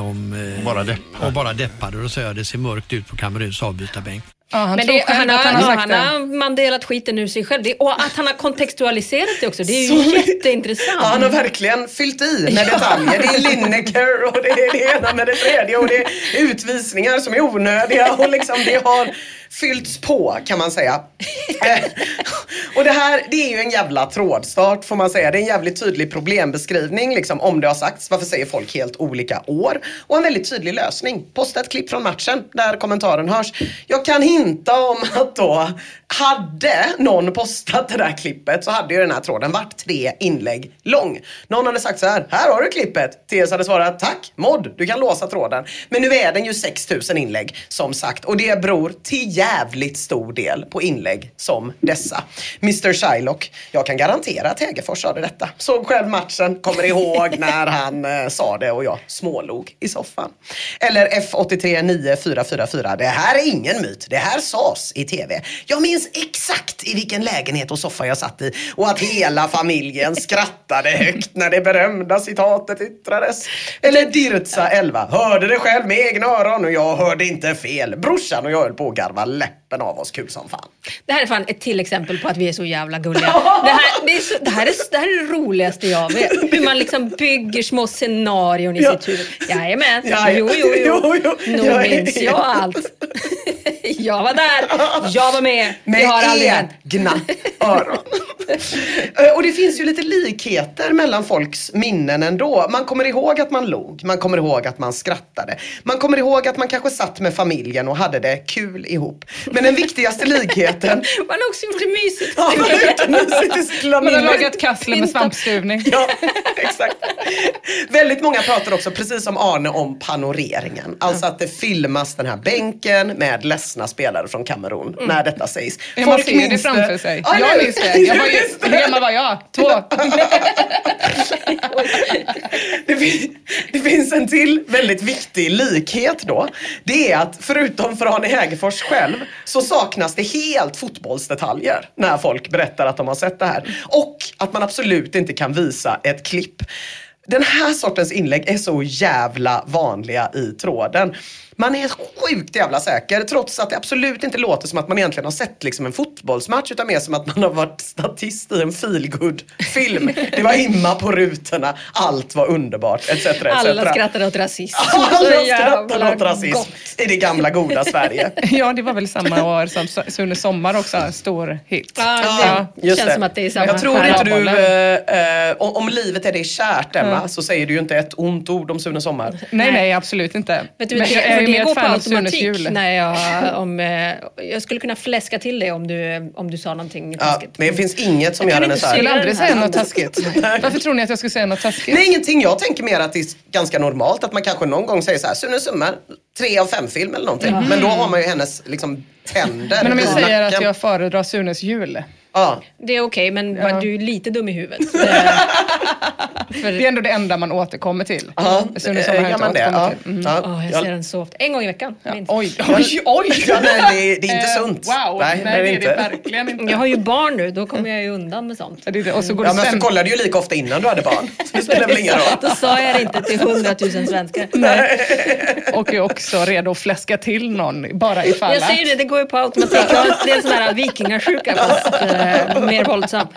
och bara deppade. Och då sa jag, det ser mörkt ut på Kameruns avbytarbänk. Ja, men han har mandelat skiten ur sig själv. Och att han har kontextualiserat det också, det är ju jätteintressant. Ja, han har verkligen fyllt i med detaljer. Det är Lineker och det är det ena med det tredje och det är utvisningar som är onödiga och liksom det har fyllts på, kan man säga. Och det här, det är ju en jävla trådstart, får man säga. Det är en jävligt tydlig problembeskrivning liksom, om det har sagts. Varför säger folk helt olika år? Och en väldigt tydlig lösning. Posta ett klipp från matchen där kommentaren hörs. Jag kan hinta om att då hade någon postat det där klippet så hade ju den här tråden varit 3 inlägg lång. Någon hade sagt så här har du klippet. TS hade svarat, tack Mod, du kan låsa tråden. Men nu är den ju 6000 inlägg som sagt. Och det beror till jävligt stor del på inlägg som dessa. Mr. Shylock, jag kan garantera att Hägerfors sa detta. Såg själv matchen, kommer ihåg när han sa det och jag smålog i soffan. Eller F83 9444, det här är ingen myt, det här sas i tv. Jag minns exakt i vilken lägenhet och soffa jag satt i och att hela familjen skrattade högt när det berömda citatet yttrades. Eller Dirtsa 11, hörde det själv med egna öron och jag hörde inte fel. Brorsan och jag höll på att garva läppen av oss, kul som fan. Det här är fan ett till exempel på att vi är så jävla gulliga. Det här är det roligaste jag vet. Hur man liksom bygger små scenarion i sitt huvud. Jajamän, jo. Nu minns jag allt. Jag var där, jag var med. Med egna öron. Och det finns ju lite likheter mellan folks minnen ändå. Man kommer ihåg att man log. Man kommer ihåg att man skrattade. Man kommer ihåg att man kanske satt med familjen och hade det kul ihop. Men den viktigaste likheten... Man har också gjort det mysigt. Ja, man har gjort det mysigt. Man har lagat kassler med svampstuvning. Ja, exakt. Väldigt många pratar också, precis som Arne, om panoreringen. Alltså att det filmas den här bänken med ledsna spelare från Kamerun när detta sägs. Man ser det framför sig. Ja, jag minns det. Hur gammal var jag? 2. Det finns en till väldigt viktig likhet då. Det är att förutom för Arne Hägerfors själv så saknas det helt fotbollsdetaljer när folk berättar att de har sett det här. Och att man absolut inte kan visa ett klipp. Den här sortens inlägg är så jävla vanliga i tråden. Man är sjukt jävla säker, trots att det absolut inte låter som att man egentligen har sett liksom en fotbollsmatch, utan mer som att man har varit statist i en feelgood-film. Det var himma på rutorna, allt var underbart, etc. Alla skrattade åt rasism. Alla skrattade åt rasism i det gamla goda Sverige. Ja, det var väl samma år som Sune Sommar också, stor hit. Ja, det känns som att det är samma. Jag tror inte du, om livet är det kärt, Emma, hemma så säger du ju inte ett ont ord om Sune Sommar. Nej, absolut inte. Vet du, men jag är mer går på automatik när jag skulle kunna fläska till dig om du sa någonting taskigt. Men det finns inget som gör henne så här. Jag skulle aldrig säga något taskigt. Varför tror ni att jag skulle säga något taskigt? Nej, ingenting. Jag tänker mer att det är ganska normalt att man kanske någon gång säger så här, Sune Sommar, 3 av 5 film eller någonting. Men då har man ju hennes liksom tänder. Men om jag säger att jag föredrar Sunes jul. Ja. Det är okej, men du är lite dum i huvudet. Det är ändå det enda man återkommer till. Jag ser den så ofta. En gång i veckan. Ja. Oj. Ja, nej, det är inte sunt. Wow, nej, det är det verkligen inte. Jag har ju barn nu, då kommer jag ju undan med sånt. Och så går men så kollade du ju lika ofta innan du hade barn. Så det spelar väl ingen roll. Då sa jag det inte till 100 000 svenskar. Nej. Och är också redo att fläska till någon, bara ifall. Jag säger det går ju på automatik. Det är en sån här vikingasjuka, fast mer våldsam.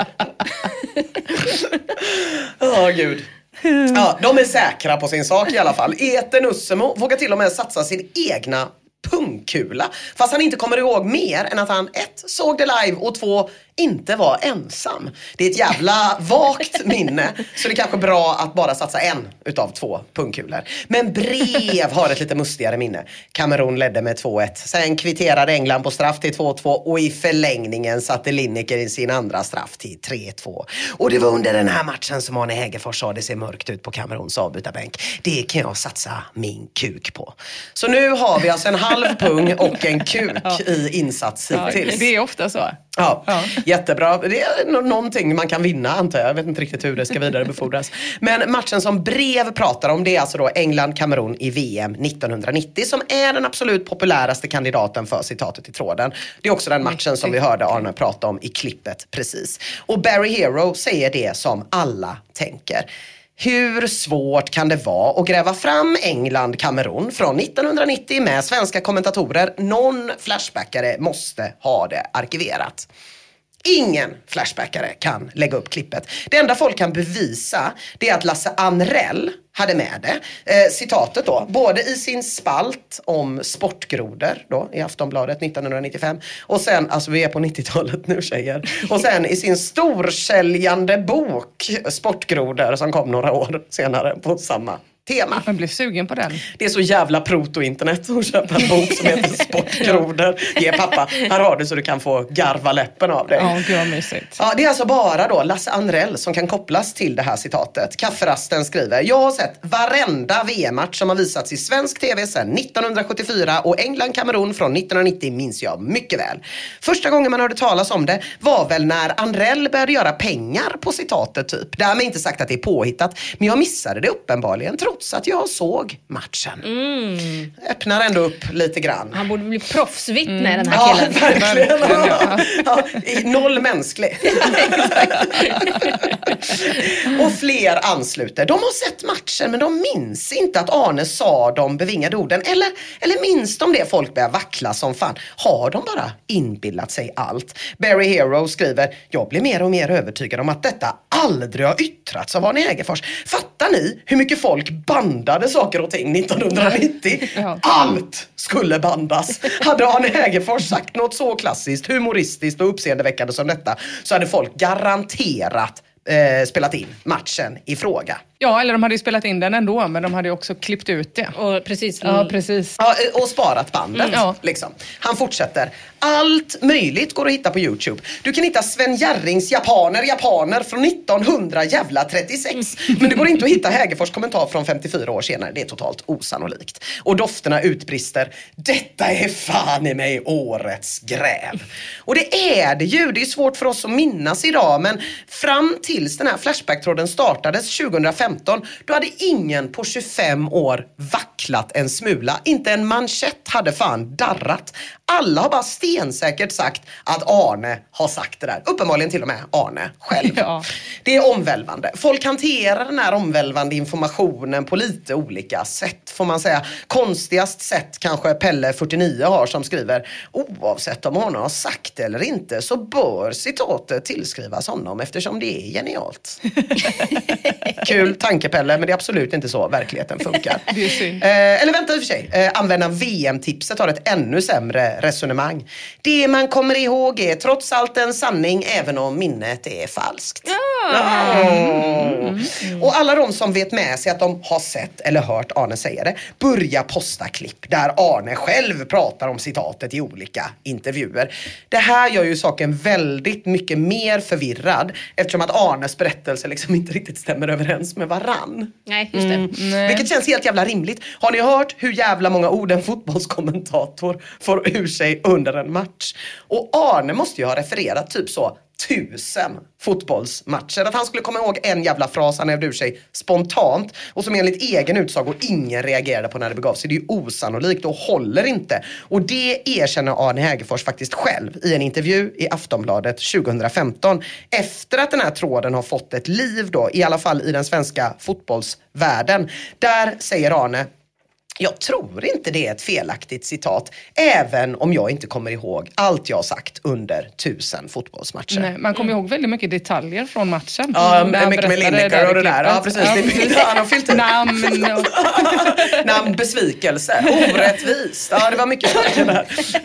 Gud. Ja, de är säkra på sin sak i alla fall. Ete Nussemo vågar till och med satsa sin egna pungkula. Fast han inte kommer ihåg mer än att han 1. såg det live och 2. inte var ensam. Det är ett jävla vagt minne. Så det är kanske bra att bara satsa 1 utav 2 pungkulor. Men brev har ett lite mustigare minne. Kamerun ledde med 2-1. Sen kvitterade England på straff till 2-2. Och i förlängningen satte Lineker i sin andra straff till 3-2. Och det var under den här matchen som Arne Hägerfors sa det ser mörkt ut på Kameruns avbytarbänk. Det kan jag satsa min kuk på. Så nu har vi alltså en halv pung och en kuk i insats hittills. Det är ofta så. Ja, jättebra. Det är någonting man kan vinna, antar jag. Jag vet inte riktigt hur det ska vidare befordras. Men matchen som brev pratar om, det är alltså då England-Kamerun i VM 1990 som är den absolut populäraste kandidaten för citatet i tråden. Det är också den matchen som vi hörde Arne prata om i klippet precis. Och Barry Hero säger det som alla tänker. Hur svårt kan det vara att gräva fram England-Kamerun från 1990 med svenska kommentatorer? Någon flashbackare måste ha det arkiverat. Ingen flashbackare kan lägga upp klippet. Det enda folk kan bevisa det är att Lasse Anrell hade med det. Citatet då, både i sin spalt om sportgrodor då, i Aftonbladet 1995 och sen, alltså vi är på 90-talet nu tjejer, och sen i sin storsäljande bok Sportgrodor som kom några år senare på samma tema. Man blev sugen på den. Det är så jävla proto-internet att köpa en bok som heter Sportgrodor. Ge pappa, här har du så du kan få garva läppen av dig. Ja, gud vad mysigt. Ja, det är alltså bara då Lasse Anrell som kan kopplas till det här citatet. Kafferasten skriver, jag har sett varenda VM-match som har visats i svensk tv sedan 1974 och England-Kamerun från 1990 minns jag mycket väl. Första gången man hörde talas om det var väl när Anrell började göra pengar på citatet typ. Därmed inte sagt att det är påhittat, men jag missade det uppenbarligen trots att jag såg matchen. Öppnar ändå upp lite grann. Han borde bli proffsvittne den här killen. Ja, verkligen. Noll mänsklig. Och fler ansluter. De har sett matchen men de minns inte att Arne sa de bevingade orden. Eller minns de det folk börjar vackla som fan? Har de bara inbillat sig allt? Barry Hero skriver, jag blir mer och mer övertygad om att detta aldrig har yttrats av Arne Hägerfors. Fattar ni hur mycket folk bandade saker och ting 1990? Allt skulle bandas. Hade Arne Hägerfors sagt något så klassiskt, humoristiskt och uppseendeväckande som detta så hade folk garanterat spelat in matchen i fråga. Ja, eller de hade ju spelat in den ändå, men de hade ju också klippt ut det. Och precis. Ja, precis. Ja, och sparat bandet. Liksom. Han fortsätter. Allt möjligt går att hitta på YouTube. Du kan hitta Sven Jerrings japaner från 1936. Men det går inte att hitta Hägerfors kommentar från 54 år senare. Det är totalt osannolikt. Och dofterna utbrister. Detta är fan i mig årets gräv. Och det är det ju. Det är svårt för oss att minnas idag. Men fram tills den här Flashback-tråden startades 2015 då hade ingen på 25 år vacklat en smula. Inte en manschett hade fan darrat. Alla har bara stensäkert sagt att Arne har sagt det där. Uppenbarligen till och med Arne själv. Ja. Det är omvälvande. Folk hanterar den här omvälvande informationen på lite olika sätt får man säga. Konstigast sätt kanske Pelle 49 har som skriver oavsett om Arne har sagt det eller inte så bör citatet tillskrivas honom eftersom det är genialt. Kul tanke Pelle, men det är absolut inte så verkligheten funkar. Eller vänta i och för sig. Använda VM-tipset har ett ännu sämre resonemang. Det man kommer ihåg är trots allt en sanning även om minnet är falskt. Och alla de som vet med sig att de har sett eller hört Arne säga det börjar posta klipp där Arne själv pratar om citatet i olika intervjuer. Det här gör ju saken väldigt mycket mer förvirrad eftersom att Arnes berättelse liksom inte riktigt stämmer överens med varann. Nej, just det. Vilket känns helt jävla rimligt. Har ni hört hur jävla många ord en fotbollskommentator får ur sig under en match? Och Arne måste ju ha refererat typ så 1000 fotbollsmatcher. Att han skulle komma ihåg en jävla fras han hävde ur sig spontant och som enligt egen utsago ingen reagerade på när det begav sig. Det är ju osannolikt och håller inte. Och det erkänner Arne Hägerfors faktiskt själv i en intervju i Aftonbladet 2015. Efter att den här tråden har fått ett liv då, i alla fall i den svenska fotbollsvärlden. Där säger Arne: jag tror inte det är ett felaktigt citat, även om jag inte kommer ihåg allt jag har sagt under 1000 fotbollsmatcher. Nej, man kommer ihåg väldigt mycket detaljer från matchen. Ja, mycket med Lineker och det där. Ja, precis. Han har fyllt namn, besvikelse, orättvist. Ja, det var mycket saker där.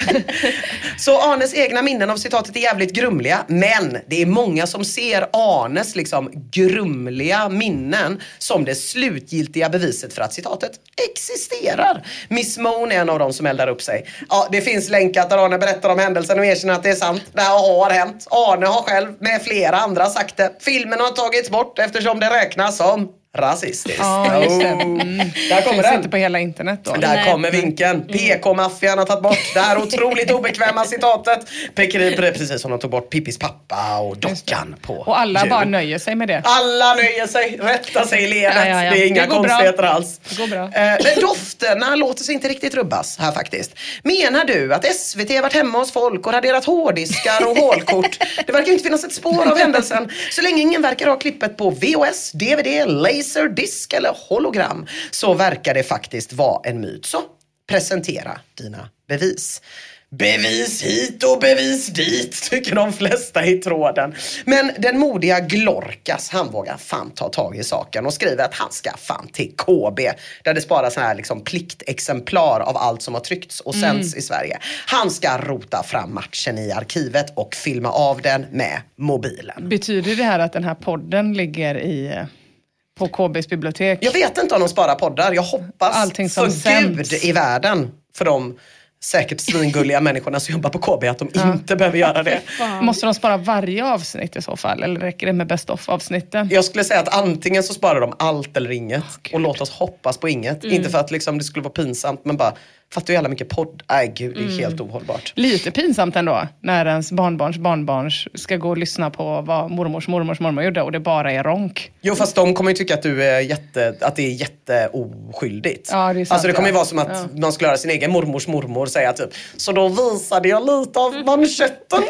Så Arnes egna minnen av citatet är jävligt grumliga, men det är många som ser Arnes liksom grumliga minnen som det slutgiltiga beviset för att citatet existerar. Miss Moon är en av dem som eldar upp sig. Ja, det finns länkat där Arne berättar om händelsen och erkänner att det är sant. Det här har hänt. Arne har själv med flera andra sagt det. Filmen har tagits bort eftersom det räknas som rasistiskt. Ja, just det. Där kommer det. Finns inte på hela internet då. Där kommer vinkeln. PK-maffian har tagit bort det här otroligt obekväma citatet. Precis som de tog bort Pippis pappa och dockan på. Och alla bara nöjer sig med det. Alla nöjer sig. Rätta sig i ledet. Ja. Det är inga konstigheter alls. Det går bra. Men dofterna låter sig inte riktigt rubbas här faktiskt. Menar du att SVT har varit hemma hos folk och raderat hårddiskar och hålkort? Det verkar inte finnas ett spår av händelsen. Så länge ingen verkar ha klippet på VHS, DVD, laserdisk eller hologram, så verkar det faktiskt vara en myt. Så presentera dina bevis. Bevis hit och bevis dit, tycker de flesta i tråden. Men den modiga Glorkas, han vågar fan ta tag i saken och skriver att han ska fan till KB, där det sparas sån här liksom pliktexemplar av allt som har tryckts och sänds i Sverige. Han ska rota fram matchen i arkivet och filma av den med mobilen. Betyder det här att den här podden ligger på KBs bibliotek? Jag vet inte om de sparar poddar. Jag hoppas allting som för Gud i världen för de säkert svingulliga människorna som jobbar på KB att de inte behöver göra det. Måste de spara varje avsnitt i så fall? Eller räcker det med best of avsnitten? Jag skulle säga att antingen så sparar de allt eller inget. Och låt oss hoppas på inget. Inte för att liksom det skulle vara pinsamt, men bara fattar ju alla mycket podd. Nej gud, det är helt ohållbart. Lite pinsamt ändå när ens barnbarns ska gå och lyssna på vad mormor gjorde och det bara är ronk. Jo, fast de kommer ju tycka att att det är jätteoskyldigt. Ja, det är sant, alltså det kommer ju vara som att man skulle höra sin egen mormors mormor säga typ, så då visade jag lite av manschetten.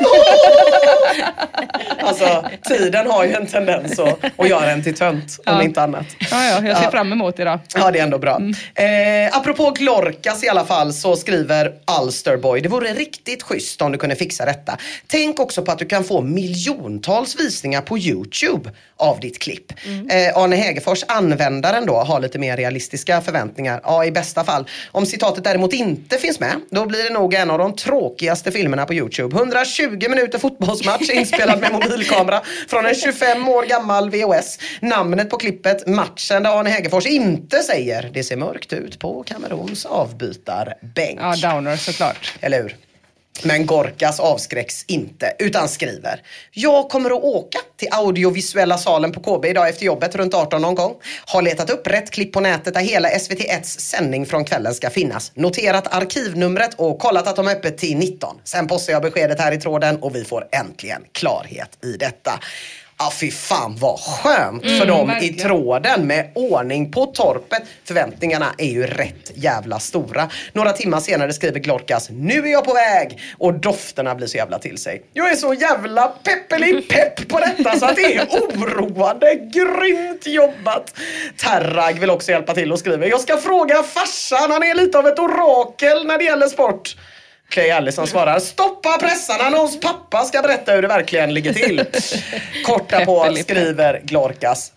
Alltså tiden har ju en tendens att göra en till tönt, om inte annat. Ja, jag ser fram emot det då. Ja, det är ändå bra. Apropå Glorkas i alla fall, så skriver Ulsterboy: det vore riktigt schysst om du kunde fixa detta. Tänk också på att du kan få miljontals visningar på YouTube av ditt klipp. Arne Hägerfors, användaren då, har lite mer realistiska förväntningar. Ja, i bästa fall. Om citatet däremot inte finns med, då blir det nog en av de tråkigaste filmerna på YouTube. 120 minuter fotbollsmatch inspelad med mobilkamera från en 25 år gammal VHS. Namnet på klippet, matchen där Arne Hägerfors inte säger det ser mörkt ut på Kameruns avbytarbänk. Ja, downer såklart. Eller hur? Men Gorkas avskräcks inte, utan skriver: jag kommer att åka till audiovisuella salen på KB idag efter jobbet runt 18 någon gång. Har letat upp rätt klipp på nätet där hela SVT1s sändning från kvällen ska finnas. Noterat arkivnumret och kollat att de är öppet till 19. Sen postar jag beskedet här i tråden och vi får äntligen klarhet i detta. Ja, fy fan vad skönt för dem verkligen. I tråden med ordning på torpet. Förväntningarna är ju rätt jävla stora. Några timmar senare skriver Glorkas: nu är jag på väg. Och dofterna blir så jävla till sig. Jag är så jävla pepp på detta så att det är oroande. Grymt jobbat. Terrag vill också hjälpa till och skriver: jag ska fråga farsan, han är lite av ett orakel när det gäller sport. Clay Allison svarar: stoppa pressarna, någons pappa ska berätta hur det verkligen ligger till. Korta på skriver Glorkas: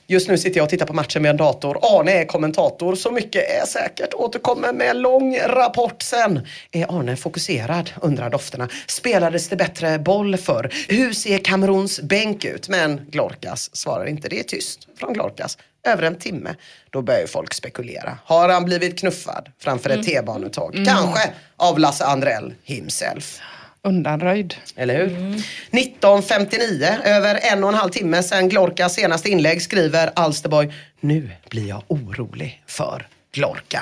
Just nu sitter jag och tittar på matchen med en dator. Arne är kommentator, så mycket är säkert. Återkommer med en lång rapport sen. Är Arne fokuserad, undrar dofterna. Spelades det bättre boll för? Hur ser Kameruns bänk ut? Men Glorkas svarar inte. Det är tyst från Glorkas. Över en timme. Då börjar folk spekulera. Har han blivit knuffad framför ett T-baneuttag? Kanske av Lasse Andrell himself. Undanröjd. Eller hur? 19:59, över 1,5 timme sedan Glorkas senaste inlägg, skriver Alsterborg: nu blir jag orolig för Glorka.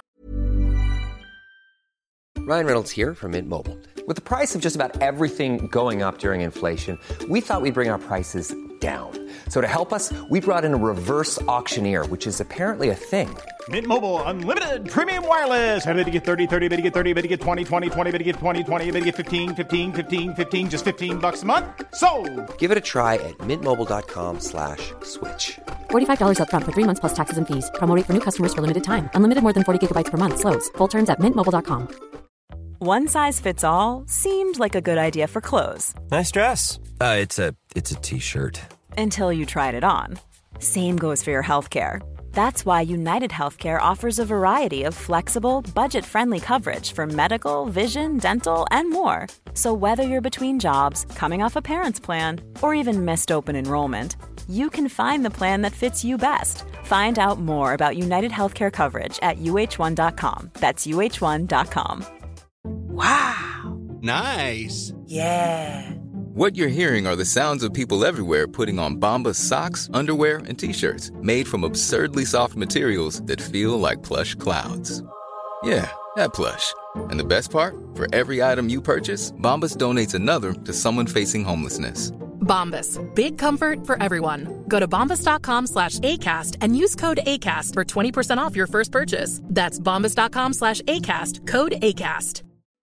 Ryan Reynolds here from Mint Mobile. With the price of just about everything going up during inflation, we thought we'd bring our prices down. So to help us, we brought in a reverse auctioneer, which is apparently a thing. Mint Mobile Unlimited Premium Wireless. How to get 30, 30, bit to get 30, bit to get 20, 20, 20, bit to get 20, 20, bit to get 15, 15, 15, 15, just $15 a month? Sold! Give it a try at mintmobile.com/switch. $45 up front for 3 months plus taxes and fees. Promo rate for new customers for limited time. Unlimited more than 40 gigabytes per month. Slows full terms at mintmobile.com. One size fits all seemed like a good idea for clothes. Nice dress. It's a t-shirt. Until you tried it on. Same goes for your healthcare. That's why United Healthcare offers a variety of flexible, budget-friendly coverage for medical, vision, dental, and more. So whether you're between jobs, coming off a parent's plan, or even missed open enrollment, you can find the plan that fits you best. Find out more about United Healthcare coverage at uh1.com. That's uh1.com. Wow. Nice. Yeah. What you're hearing are the sounds of people everywhere putting on Bombas socks, underwear, and T-shirts made from absurdly soft materials that feel like plush clouds. Yeah, that plush. And the best part? For every item you purchase, Bombas donates another to someone facing homelessness. Bombas. Big comfort for everyone. Go to bombas.com/ACAST and use code ACAST for 20% off your first purchase. That's bombas.com/ACAST. Code ACAST.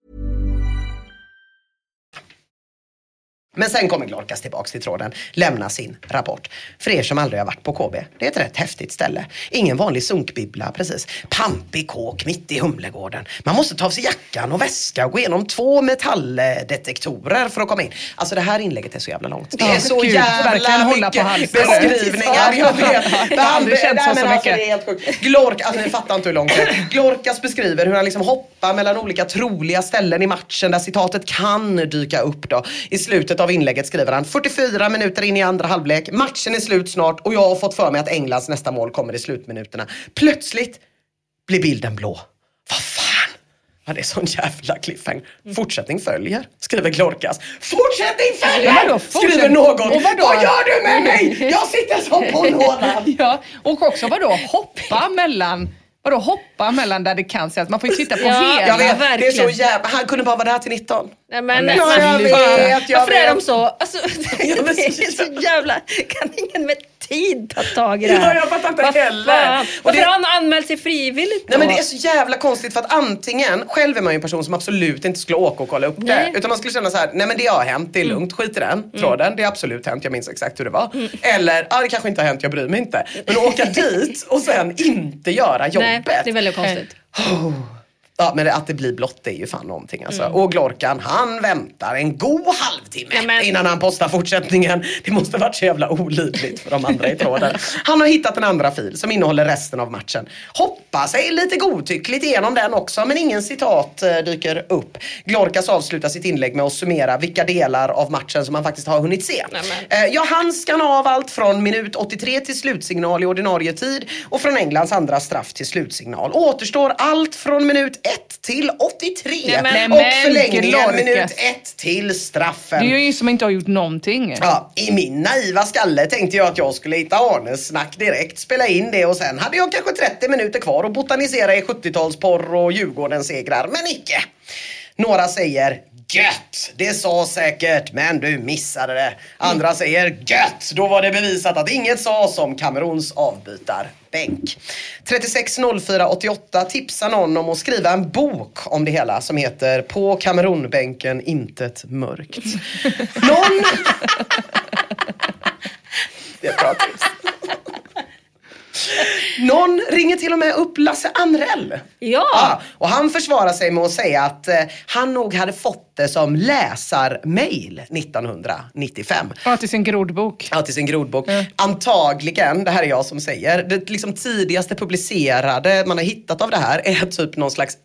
Men sen kommer Glorkas tillbaks till tråden, lämna sin rapport. För er som aldrig har varit på KB, det är ett rätt häftigt ställe. Ingen vanlig sunkbibbla, precis. Pampig kåk mitt i Humlegården. Man måste ta av sig jackan och väska och gå igenom 2 metalldetektorer för att komma in. Alltså det här inlägget är så jävla långt. Det är så jävla mycket beskrivningar. Jag vet. Det har aldrig känts så mycket. Det är helt sjukt. Glorkas, alltså ni fattar inte hur långt det är. Glorkas beskriver hur han liksom hoppar mellan olika troliga ställen i matchen där citatet kan dyka upp då. I slutet av inlägget skriver han: 44 minuter in i andra halvlek, matchen är slut snart och jag har fått för mig att Englands nästa mål kommer i slutminuterna. Plötsligt blir bilden blå. Vad fan? Ja, det är sån jävla cliffhanger. Fortsättning följer, skriver Glorkas. Fortsättning följer, skriver någon. Och vad gör du med mig? Jag sitter som på lådan. Ja, och också vadå? Hoppa mellan där det kan sägas. Man får ju titta på hela. Jag vet, det är så jävla... Han kunde bara vara där till 19. Nej, men jag vet. Varför är de så? Alltså, det är så jävla... Kan ingen med tid ta tag i det här? Ja, jag fattar inte heller. Varför har han anmält sig frivilligt då? Nej, men det är så jävla konstigt för att antingen, själv är man ju en person som absolut inte skulle åka och kolla upp det. Utan man skulle känna så här: nej men det har hänt, det är lugnt, skit i den tråden. Det är absolut hänt, jag minns exakt hur det var. Eller, det kanske inte har hänt, jag bryr mig inte. Men åka dit och sen inte göra jobbet. Nej, det är väldigt konstigt. Ja, men att det blir blått, det är ju fan någonting alltså. Och Glorkan, han väntar en god halvtimme innan han postar fortsättningen. Det måste varit så jävla olidligt för de andra i tråden. Han har hittat en andra fil som innehåller resten av matchen. Hoppas sig lite godtyckligt igenom den också, men ingen citat dyker upp. Glorkas avslutar sitt inlägg med att summera vilka delar av matchen som han faktiskt har hunnit se. Han skan av allt från minut 83 till slutsignal i ordinarie tid och från Englands andra straff till slutsignal. Återstår allt från minut 1 till 83 och förlängningen minut 1 till straffen. Det är ju som inte har gjort någonting. Ja, i min naiva skalle tänkte jag att jag skulle hitta Arnes snack direkt, spela in det och sen hade jag kanske 30 minuter kvar och botanisera i 70-talsporr och Djurgårdens segrar, men icke. Några säger gött, det sa säkert, men du missade det. Andra säger gött, då var det bevisat att inget sa som Kameruns avbytarbänk. 360488 tipsar någon om att skriva en bok om det hela som heter På Kamerunbänken intet mörkt. Någon... Det är bra tips. Någon ringer till och med upp Lasse Anrell. Ja. Och han försvarar sig med att säga att han nog hade fått det som läsarmail 1995. Ja, till sin grodbok. Ja, till sin grodbok. Antagligen, det här är jag som säger, det liksom tidigaste publicerade man har hittat av det här är typ någon slags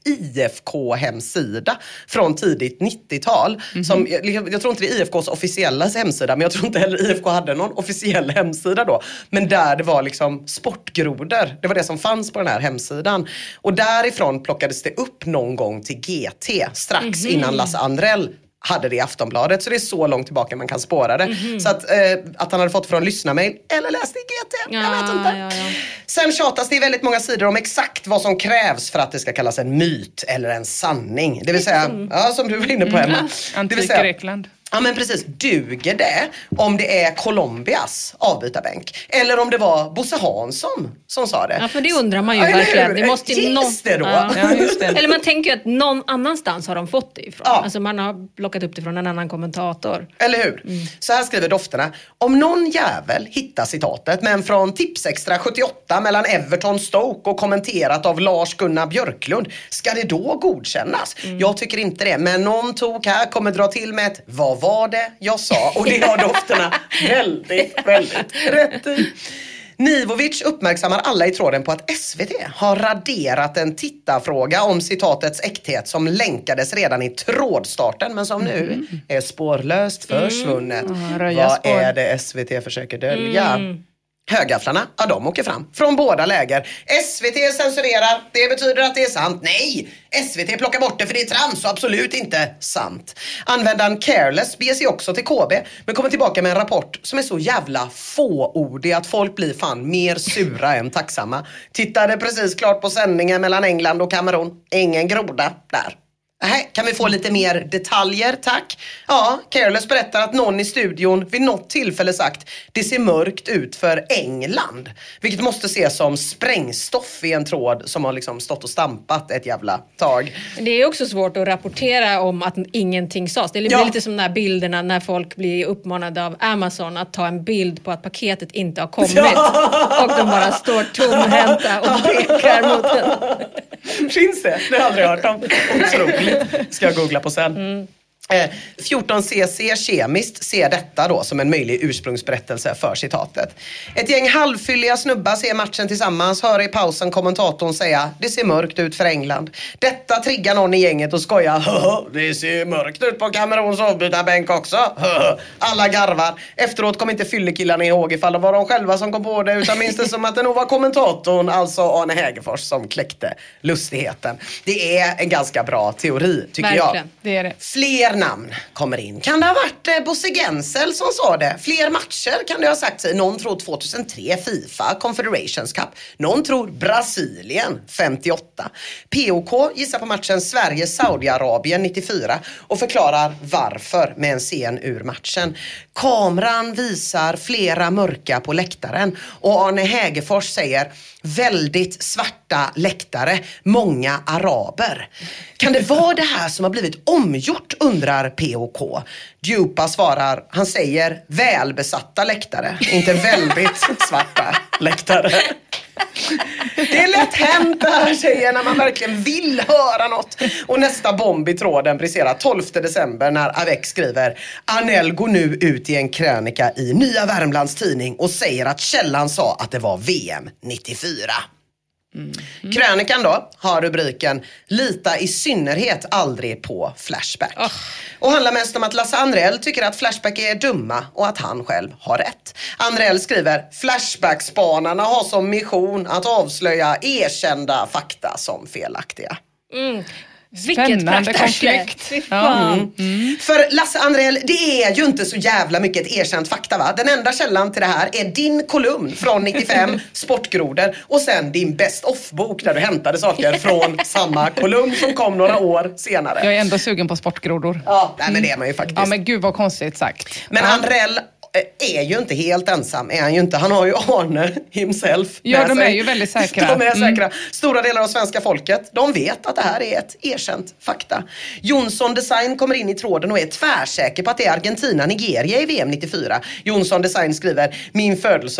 IFK-hemsida från tidigt 90-tal. Som, jag tror inte det är IFKs officiella hemsida, men jag tror inte heller IFK hade någon officiell hemsida då. Men där det var liksom sportgrodor. Det var det som fanns på den här hemsidan. Och därifrån plockades det upp någon gång till GT strax innan Lasse Anrell hade det i Aftonbladet. Så det är så långt tillbaka man kan spåra det. Så att han hade fått från lyssnarmail eller läst i GT, jag vet inte. Ja. Sen tjatas det i väldigt många sidor om exakt vad som krävs för att det ska kallas en myt eller en sanning. Det vill säga, som du var inne på, Emma. Antik-Grekland. Ja, men precis. Duger det om det är Colombias avbytarbänk? Eller om det var Bosse Hansson som sa det? Ja, för det undrar man ju verkligen. Det måste ju det då? Ja, just det. Eller man tänker ju att någon annanstans har de fått det ifrån. Alltså man har plockat upp det från en annan kommentator. Eller hur? Så här skriver dofterna. Om någon jävel hittar citatet, men från Tipsextra 78 mellan Everton Stoke och kommenterat av Lars-Gunnar Björklund, ska det då godkännas? Jag tycker inte det. Men någon tog här kommer dra till med ett vad var det jag sa? Och det har dofterna väldigt rätt i. Nivovic uppmärksammar alla i tråden på att SVT har raderat en tittarfråga om citatets äkthet som länkades redan i trådstarten men som nu är spårlöst försvunnet. Vad är det SVT försöker dölja? Högafflarna, ja, de åker fram från båda läger. SVT censurerar, det betyder att det är sant. Nej, SVT plockar bort det för det är trams och absolut inte sant. Användaren Careless beger sig också till KB men kommer tillbaka med en rapport som är så jävla fåordig att folk blir fan mer sura än tacksamma. Tittade precis klart på sändningen mellan England och Kamerun. Ingen groda där. Kan vi få lite mer detaljer, tack? Ja, Careless berättar att någon i studion vid något tillfälle sagt det ser mörkt ut för England. Vilket måste ses som sprängstoff i en tråd som har liksom stått och stampat ett jävla tag. Det är också svårt att rapportera om att ingenting sades. Det blir lite som de här bilderna när folk blir uppmanade av Amazon att ta en bild på att paketet inte har kommit. Och de bara står tomhänta och pekar mot den. Finns det? Det har jag aldrig hört om. Otroligt. Ska jag googla på sen. 14cc kemiskt ser detta då som en möjlig ursprungsberättelse för citatet. Ett gäng halvfylliga snubbar ser matchen tillsammans, hör i pausen kommentatorn säga det ser mörkt ut för England. Detta triggar någon i gänget och skojar. Det ser mörkt ut på Kameruns avbytarbänk också. Alla garvar. Efteråt kom inte fyllekillarna ihåg ifall det var de själva som kom på det utan minns det som att det nog var kommentatorn, alltså Arne Hägerfors, som kläckte lustigheten. Det är en ganska bra teori tycker verkligen. Jag. Det är det. Fler namn kommer in. Kan det ha varit Bosse Gensel som sa det? Fler matcher kan det ha sagt sig. Någon tror 2003 FIFA Confederations Cup. Någon tror Brasilien 58. POK gissar på matchen Sverige-Saudiarabien 94 och förklarar varför med en scen ur matchen. Kameran visar flera mörka på läktaren och Arne Hägerfors säger väldigt svarta läktare, många araber. Kan det vara det här som har blivit omgjort, undrar POK. Djupa svarar, han säger välbesatta läktare, inte väldigt svarta läktare. Det är lätt hänt det här, säger när man verkligen vill höra något. Och nästa bomb i tråden briserar 12 december när Avec skriver Anel går nu ut i en krönika i Nya Värmlands tidning och säger att källan sa att det var VM 94. Krönikan då har rubriken Lita i synnerhet aldrig på Flashback. Och handlar mest om att Lasse Anrell tycker att Flashback är dumma och att han själv har rätt. Anrell skriver Flashback-spanarna har som mission att avslöja erkända fakta som felaktiga. Spännande konflikt. För Lasse Anrell, det är ju inte så jävla mycket ett erkänt fakta, va? Den enda källan till det här är din kolumn från 95, Sportgrodor, och sen din best of-bok där du hämtade saker från samma kolumn som kom några år senare. Jag är ändå sugen på Sportgrodor. Ja, nej, men det är man ju faktiskt. Ja, men gud vad konstigt sagt. Men Anrell är ju inte helt ensam, är han ju inte. Han har ju Arne himself. Ja, de är ju väldigt säkra. De är säkra. Stora delar av svenska folket, de vet att det här är ett erkänt fakta. Jonsson Design kommer in i tråden och är tvärsäker på att det är Argentina-Nigeria i VM 94. Jonsson Design skriver, min födelsedag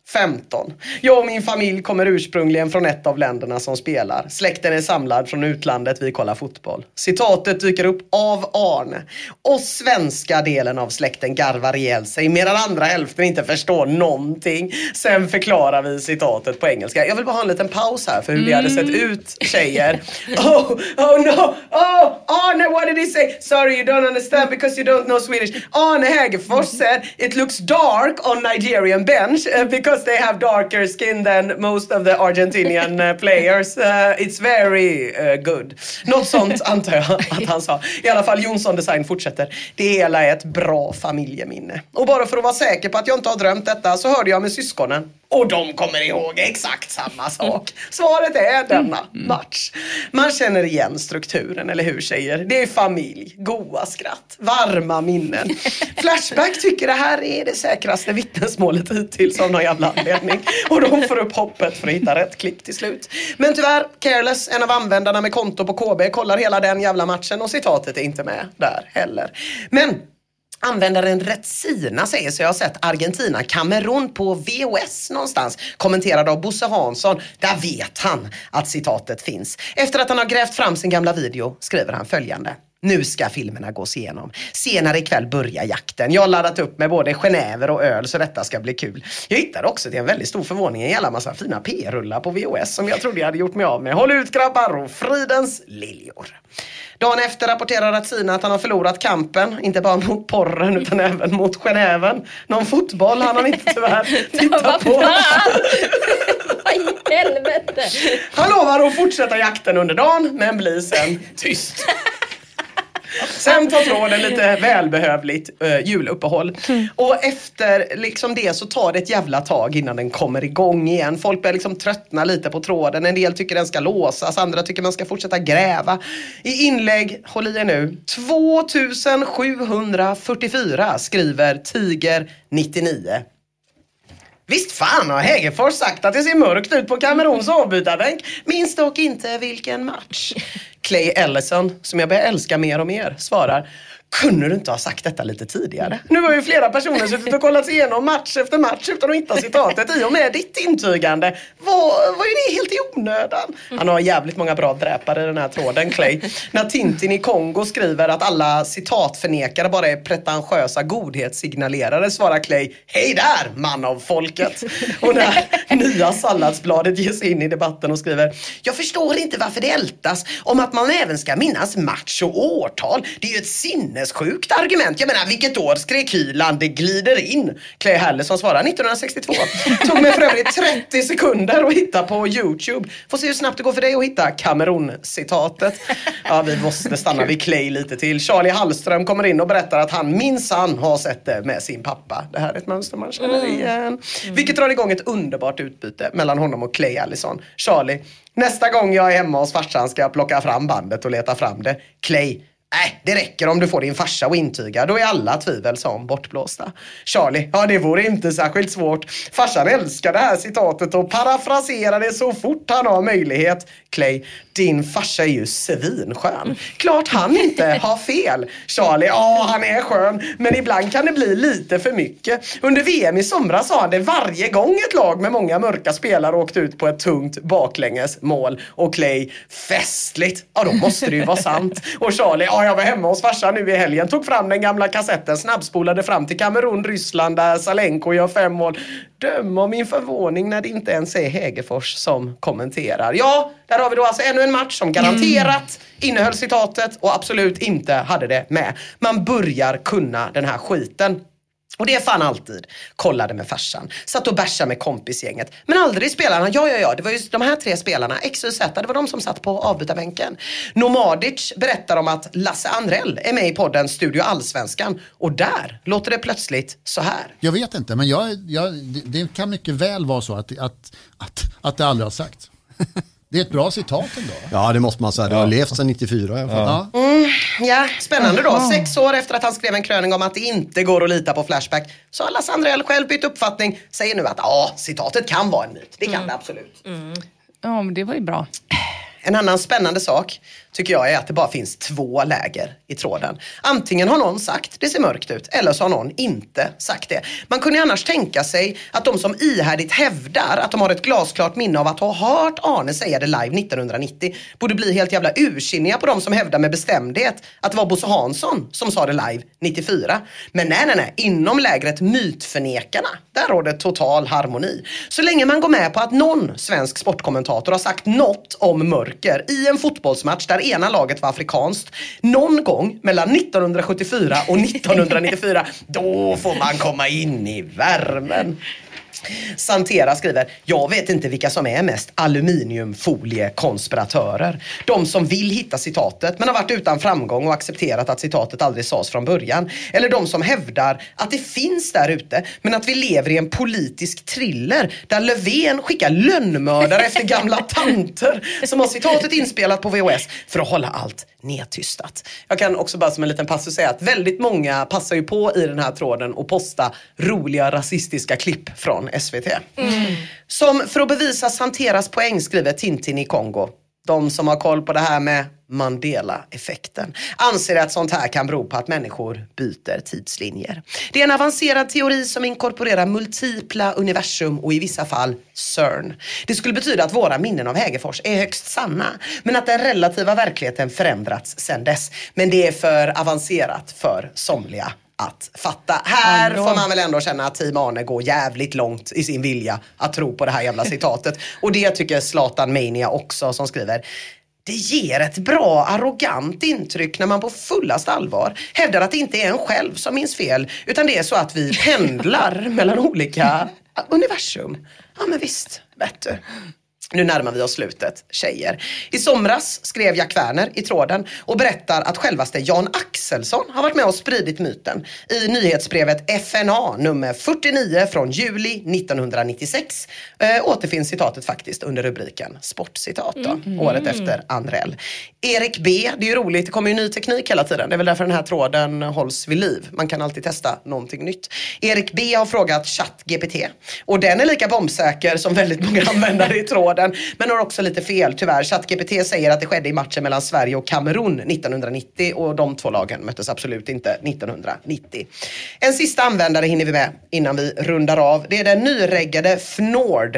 15. Jag och min familj kommer ursprungligen från ett av länderna som spelar. Släkten är samlad från utlandet, vi kollar fotboll. Citatet dyker upp av Arne. Och svenska delen av släkten garvar ihjäl sig medan andra hälften inte förstår någonting. Sen förklarar vi citatet på engelska. Jag vill bara ha en liten paus här för hur det hade sett ut, tjejer. Oh no, Arne, what did he say? Sorry, you don't understand because you don't know Swedish. Arne Hägerfors said it looks dark on Nigerian bench because they have darker skin than most of the Argentinian players. It's very good. Något sånt antar jag att han sa. I alla fall Jonsson Design fortsätter. Det hela är ett bra familjeminne. Och bara för att vara säker på att jag inte har drömt detta så hörde jag med syskonen. Och de kommer ihåg exakt samma sak. Svaret är denna match. Man känner igen strukturen, eller hur tjejer? Det är familj, goa skratt, varma minnen. Flashback tycker det här är det säkraste vittnesmålet hittills av någon jävla anledning. Och de får upp hoppet för att hitta rätt klipp till slut. Men tyvärr, Careless, en av användarna med konto på KB, kollar hela den jävla matchen och citatet är inte med där heller. Men användaren Retsina säger sig ha sett Argentina-Kamerun på VOS någonstans. Kommenterad av Bosse Hansson. Där vet han att citatet finns. Efter att han har grävt fram sin gamla video skriver han följande. Nu ska filmerna gås igenom. Senare ikväll börjar jakten. Jag har laddat upp med både genever och öl så detta ska bli kul. Jag hittade också till en väldigt stor förvåning en jävla massa fina p-rullar på VOS som jag trodde jag hade gjort mig av med. Håll ut grabbar och fridens liljor. Dagen efter rapporterar Ratsina att han har förlorat kampen. Inte bara mot porren utan även mot geneven. Någon fotboll han har inte tyvärr tittat på. Vad i helvete? Han lovar att fortsätta jakten under dagen men blir sen tyst. Sen tar tråden lite välbehövligt juluppehåll. Och efter liksom det så tar det ett jävla tag innan den kommer igång igen. Folk börjar liksom tröttna lite på tråden. En del tycker den ska låsas, andra tycker man ska fortsätta gräva. I inlägg, håll i er nu, 2744 skriver Tiger 99. Visst fan har Hägerfors sagt att det ser mörkt ut på Kameruns avbytarbänk. Minns dock inte vilken match. Clay Ellison, som jag börjar älska mer och mer, svarar: kunde du inte ha sagt detta lite tidigare? Nu har ju flera personer suttit och kollat igenom match efter match utan att hitta citatet i och med ditt intygande. Vad är det helt i onödan? Han har jävligt många bra dräpare i den här tråden, Clay. När Tintin i Kongo skriver att alla citatförnekare bara är pretentiösa godhetssignalerare svarar Clay: hej där, man av folket. Och när nya Salladsbladet ger sig in i debatten och skriver: jag förstår inte varför det ältas om att man även ska minnas match och årtal. Det är ju ett sinnessjukt argument. Jag menar, vilket år skrek Hyland? Det glider in. Clay Hallison svarar 1962. Tog mig för övrigt 30 sekunder att hitta på YouTube. Får se hur snabbt det går för dig att hitta Kamerun-citatet. Ja, vi måste stanna vid Clay lite till. Charlie Hallström kommer in och berättar att han minsann har sett det med sin pappa. Det här är ett mönster man känner igen. Vilket drar igång ett underbart utbyte mellan honom och Clay Allison. Charlie: nästa gång jag är hemma hos farsan ska jag plocka fram bandet och leta fram det. Clay: det räcker om du får din farsa och intyga. Då är alla tvivel som bortblåsta. Charlie: ja, det vore inte särskilt svårt. Farsan älskar det här citatet och parafraserar det så fort han har möjlighet. Clay: din farsa är ju svinskön. Klart han inte har fel. Charlie: ja, han är skön. Men ibland kan det bli lite för mycket. Under VM i somras sa han det varje gång ett lag med många mörka spelare åkte ut på ett tungt baklänges mål. Och Clay: festligt. Ja, då måste det ju vara sant. Och Charlie: ja, jag var hemma hos farsan nu i helgen. Tog fram den gamla kassetten, snabbspolade fram till Kamerun, Ryssland där Salenko gör 5 mål. Döm om min förvåning när det inte ens är Hägerfors som kommenterar. Ja, där har vi då alltså ännu en match som garanterat innehöll citatet och absolut inte hade det med. Man börjar kunna den här skiten. Och det är fan alltid. Kollade med farsan. Satt och bärsade med kompisgänget. Men aldrig spelarna. Ja. Det var ju de här 3 spelarna. X och Z. Det var de som satt på avbytarbänken. Nomadic berättar om att Lasse Andrell är med i podden Studio Allsvenskan. Och där låter det plötsligt så här. Jag vet inte, men det kan mycket väl vara så att det aldrig har sagt. Det är ett bra citat ändå. Ja, det måste man säga. Det har levt sedan 94 i alla fall. Ja, spännande då. 6 år efter att han skrev en kröning om att det inte går att lita på Flashback så har Lasse Andrell själv bytt uppfattning. Säger nu att citatet kan vara en myt. Det kan det absolut. Ja, men det var ju bra. En annan spännande sak tycker jag är att det bara finns 2 läger i tråden. Antingen har någon sagt det ser mörkt ut eller så har någon inte sagt det. Man kunde annars tänka sig att de som ihärdigt hävdar att de har ett glasklart minne av att ha hört Arne säga det live 1990 borde bli helt jävla ursinniga på de som hävdar med bestämdhet att det var Bosse Hansson som sa det live 94. Men nej. Inom lägret mytförnekarna, där råder total harmoni. Så länge man går med på att någon svensk sportkommentator har sagt något om mörker i en fotbollsmatch där ena laget var afrikanskt någon gång mellan 1974 och 1994, då får man komma in i värmen. Santera skriver, jag vet inte vilka som är mest aluminiumfoliekonspiratörer. De som vill hitta citatet men har varit utan framgång och accepterat att citatet aldrig sades från början. Eller de som hävdar att det finns där ute men att vi lever i en politisk thriller där Löfven skickar lönnmördare efter gamla tanter som har citatet inspelat på VHS för att hålla allt nedtystat. Jag kan också bara som en liten passus säga att väldigt många passar ju på i den här tråden och posta roliga rasistiska klipp från SVT. Som för att bevisa Santeras poäng skriver Tintin i Kongo. De som har koll på det här med Mandela-effekten anser att sånt här kan bero på att människor byter tidslinjer. Det är en avancerad teori som inkorporerar multipla universum och i vissa fall CERN. Det skulle betyda att våra minnen av Hägerfors är högst sanna, men att den relativa verkligheten förändrats sedan dess. Men det är för avancerat för somliga att fatta. Här får man väl ändå känna att Team Arne går jävligt långt i sin vilja att tro på det här jävla citatet. Och det tycker Zlatan Mania också, som skriver: det ger ett bra arrogant intryck när man på fullast allvar hävdar att det inte är en själv som minns fel, utan det är så att vi pendlar mellan olika universum. Ja men visst, vet du. Nu närmar vi oss slutet, tjejer. I somras skrev Jack Werner i tråden och berättar att självaste Jan Axelsson har varit med och spridit myten. I nyhetsbrevet FNA nummer 49 från juli 1996 återfinns citatet faktiskt under rubriken sportcitat då, året efter Andrell. Erik B, det är ju roligt, det kommer ju ny teknik hela tiden. Det är väl därför den här tråden hålls vid liv. Man kan alltid testa någonting nytt. Erik B har frågat ChatGPT och den är lika bombsäker som väldigt många användare i tråden. Men har också lite fel tyvärr. ChatGPT säger att det skedde i matchen mellan Sverige och Kamerun 1990 och de 2 lagen möttes absolut inte 1990. En sista användare hinner vi med innan vi rundar av. Det är den nyreggade Fnord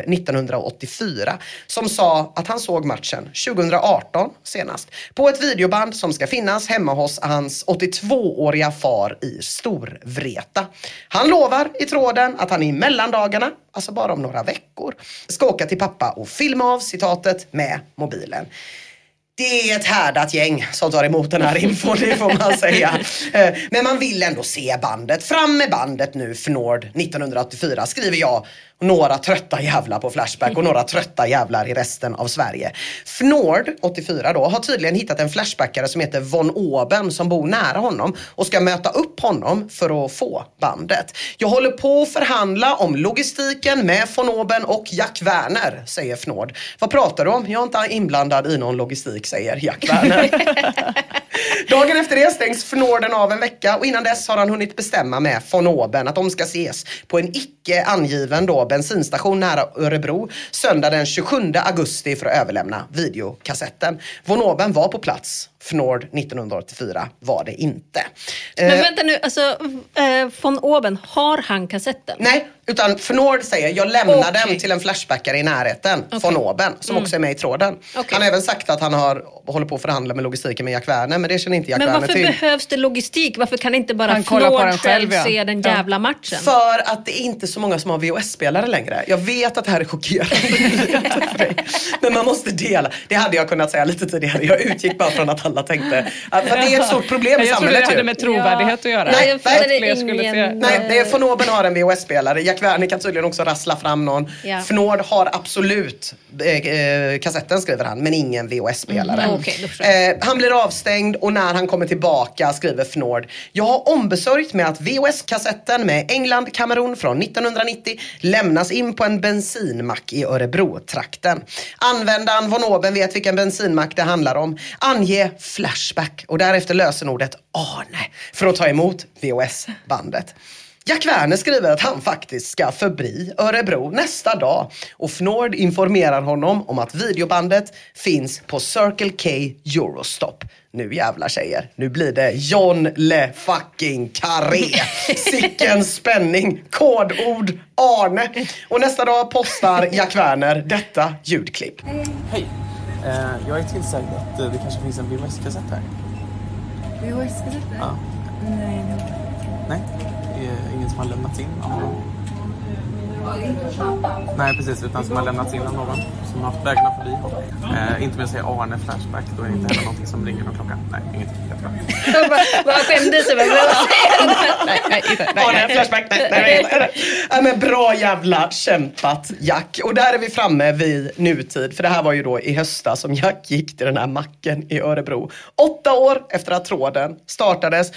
1984 som sa att han såg matchen 2018 senast på ett videoband som ska finnas hemma hos hans 82-åriga far i Storvreta. Han lovar i tråden att han i mellandagarna, alltså bara om några veckor, ska åka till pappa och filma av citatet med mobilen. Det är ett härdat gäng som tar emot den här infon, det får man säga. Men man vill ändå se bandet. Fram med bandet nu, Fnord 1984, skriver jag. Några trötta jävlar på Flashback och några trötta jävlar i resten av Sverige. Fnord 84 då har tydligen hittat en flashbackare som heter Von Oben som bor nära honom och ska möta upp honom för att få bandet. Jag håller på att förhandla om logistiken med Von Oben och Jack Werner, säger Fnord. Vad pratar du om? Jag är inte inblandad i någon logistik, säger Jack Werner. Dagen efter det stängs Fnorden av en vecka och innan dess har han hunnit bestämma med Von Oben att de ska ses på en icke angiven då bensinstation nära Örebro söndag den 27 augusti för att överlämna videokassetten. Von Oben var på plats. Fnord 1984 var det inte. Men vänta nu, alltså Von Oben, har han kassetten? Nej, utan Fnord säger jag lämnar den till en flashbackare i närheten, Von Oben, som också är med i tråden. Han har även sagt att han håller på att förhandla med logistiken med Jack Werner, men det känner inte Jack Werner till. Men varför behövs det logistik? Varför kan inte bara Fnord själv se den jävla matchen? För att det är inte så många som har VHS-spelare längre. Jag vet att det här är chockerande för dig, men man måste dela. Det hade jag kunnat säga lite tidigare. Jag utgick bara från att alla tänkte. För det är ett stort problem i samhället. Jag trodde det hade med trovärdighet att göra. Nej, det är Von Oben har en VHS-spelare. Jack Werner kan tydligen också rassla fram någon. Fnord har absolut kassetten, skriver han, men ingen VHS-spelare. Han blir avstängd och när han kommer tillbaka skriver Fnord: jag har ombesörjt med att VHS-kassetten med England-Kamerun från 1990 lämnas in på en bensinmack i Örebro-trakten. Användaren Von Oben vet vilken bensinmack det handlar om. Ange Flashback och därefter lösenordet Arne för att ta emot VHS-bandet. Jack Werner skriver att han faktiskt ska förbi Örebro nästa dag och Fnord informerar honom om att videobandet finns på Circle K Eurostop. Nu jävla tjejer, nu blir det John Le fucking Carré. Sicken spänning, kodord Arne. Och nästa dag postar Jack Werner detta ljudklipp. Hej, jag är tillsagd att det kanske finns en VHS-kassett här. VHS-kassetter? Ja. Nej, det är ingen som har lämnats in av någon. Nej, precis, utan som har lämnats in av någon som har haft vägarna förbi. Inte med att säga Arne Flashback, då är det inte heller någonting som ringer någon klocka. Nej, inget. Vad skämdes över? Arne Flashback, nej. Men bra jävla kämpat, Jack. Och där är vi framme vid nutid. För det här var ju då i höstas som Jack gick till den här macken i Örebro. 8 år efter att tråden startades.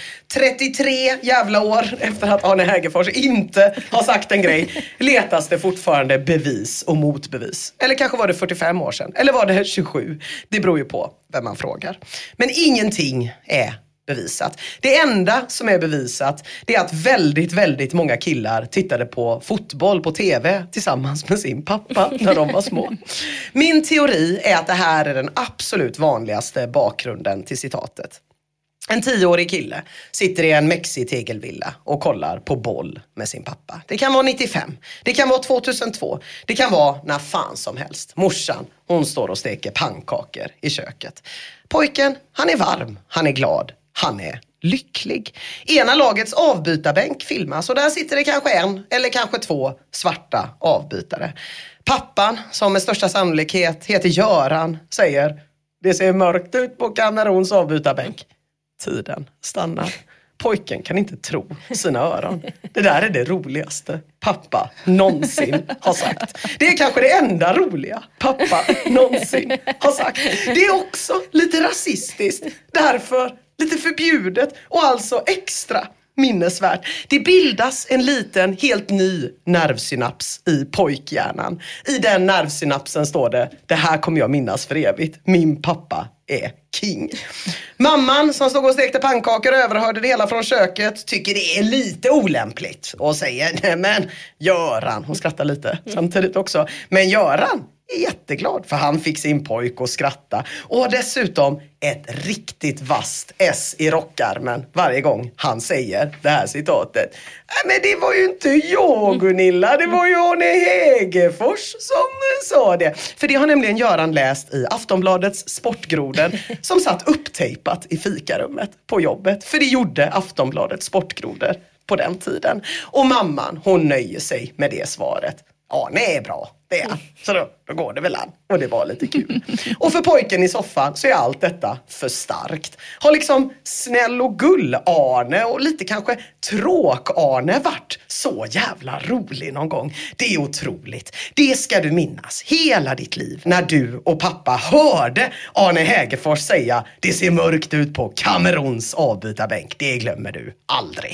33 jävla år efter att Arne Hägerfors inte har sagt en grej. Letas det fortfarande bevis och motbevis. Eller kanske var det 45 år sedan. Eller var det 27. Det beror ju på vem man frågar. Men ingenting är bevisat. Det enda som är bevisat, det är att väldigt, väldigt många killar tittade på fotboll på tv tillsammans med sin pappa när de var små. Min teori är att det här är den absolut vanligaste bakgrunden till citatet. En 10-årig kille sitter i en Mexi-tegelvilla och kollar på boll med sin pappa. Det kan vara 95, det kan vara 2002, det kan vara när fan som helst. Morsan, hon står och steker pannkakor i köket. Pojken, han är varm, han är glad, han är lycklig. Ena lagets avbytarbänk filmas och där sitter det kanske 1 eller kanske 2 svarta avbytare. Pappan, som med största sannolikhet heter Göran, säger: det ser mörkt ut på Kameruns avbytarbänk. Tiden stannar. Pojken kan inte tro sina öron. Det där är det roligaste pappa någonsin har sagt. Det är kanske det enda roliga pappa någonsin har sagt. Det är också lite rasistiskt. Därför lite förbjudet och alltså extra minnesvärt. Det bildas en liten, helt ny nervsynaps i pojkhjärnan. I den nervsynapsen står det: det här kommer jag minnas för evigt. Min pappa är king. Mamman som stod och stekte pannkakor överhörde det hela från köket, tycker det är lite olämpligt och säger: nej men Göran, hon skrattar lite samtidigt också, men Göran är jätteglad för han fick sin pojk att skratta och har dessutom ett riktigt vasst S i rockarmen varje gång han säger det här citatet. Men det var ju inte jag, Gunilla, det var ju Arne Hägerfors som sa det. För det har nämligen Göran läst i Aftonbladets Sportgroden som satt upptejpat i fikarummet på jobbet. För det gjorde Aftonbladets Sportgrodor på den tiden. Och mamman, hon nöjer sig med det svaret. Arne är bra, det är han. Så då går det väl an. Och det var lite kul. Och för pojken i soffan så är allt detta för starkt. Har liksom snäll och gull-Arne och lite kanske tråk-Arne varit så jävla rolig någon gång? Det är otroligt. Det ska du minnas hela ditt liv när du och pappa hörde Arne Hägerfors säga: det ser mörkt ut på Kameruns avbytarbänk. Det glömmer du aldrig.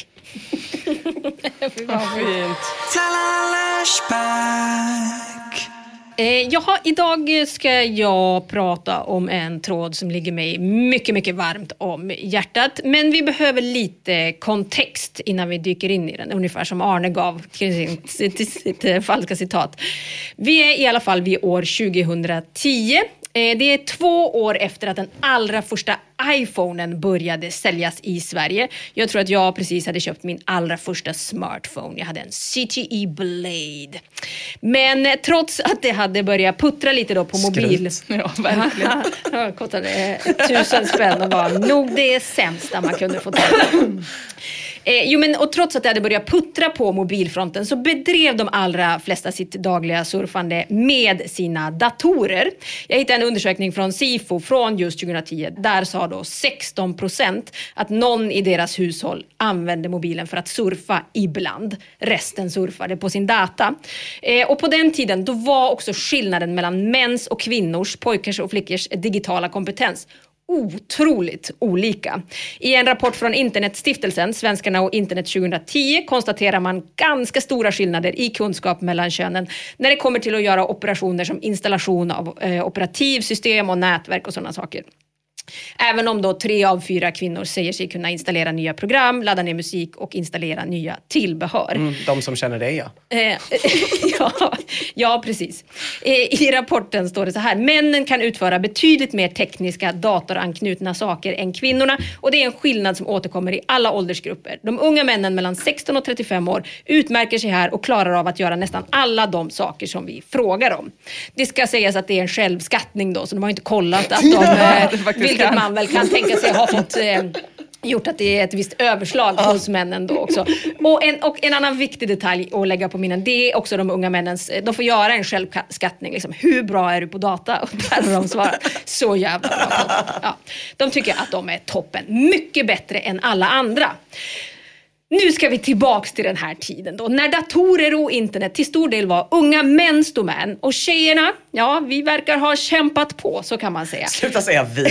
Vad fint. Idag ska jag prata om en tråd som ligger mig mycket, mycket varmt om hjärtat. Men vi behöver lite kontext innan vi dyker in i den. Ungefär som Arne gav till sitt falska citat. Vi är i alla fall vid år 2010. Det är 2 år efter att den allra första iPhonen började säljas i Sverige. Jag tror att jag precis hade köpt min allra första smartphone. Jag hade en CTE Blade. Men trots att det hade börjat puttra lite då på mobil. Ja, verkligen. Det kostade 1000 spänn och var nog det sämsta man kunde få tag på. Och trots att det hade börjat puttra på mobilfronten så bedrev de allra flesta sitt dagliga surfande med sina datorer. Jag hittade en undersökning från Sifo från just 2010. Där sa då 16% att någon i deras hushåll använde mobilen för att surfa ibland. Resten surfade på sin data. Och på den tiden då var också skillnaden mellan mäns och kvinnors, pojkars och flickors digitala kompetens otroligt olika. I en rapport från Internetstiftelsen, Svenskarna och internet 2010, konstaterar man ganska stora skillnader i kunskap mellan könen när det kommer till att göra operationer som installation av operativsystem och nätverk och sådana saker. Även om då 3 av 4 kvinnor säger sig kunna installera nya program, ladda ner musik och installera nya tillbehör. De som känner det, ja. Ja, precis. I rapporten står det så här: männen kan utföra betydligt mer tekniska datoranknutna saker än kvinnorna, och det är en skillnad som återkommer i alla åldersgrupper. De unga männen mellan 16 och 35 år utmärker sig här och klarar av att göra nästan alla de saker som vi frågar om. Det ska sägas att det är en självskattning då, så de har inte kollat att vilket man väl kan tänka sig ha fått gjort att det är ett visst överslag hos männen då också. Och en annan viktig detalj att lägga på minnen, det är också de unga männens, de får göra en självskattning. Liksom, hur bra är du på data? Och där har de svarat, så jävla bra. Ja, de tycker att de är toppen. Mycket bättre än alla andra. Nu ska vi tillbaks till den här tiden då, när datorer och internet till stor del var unga mäns domän. Och tjejerna, ja, vi verkar ha kämpat på, så kan man säga. Sluta säga vi.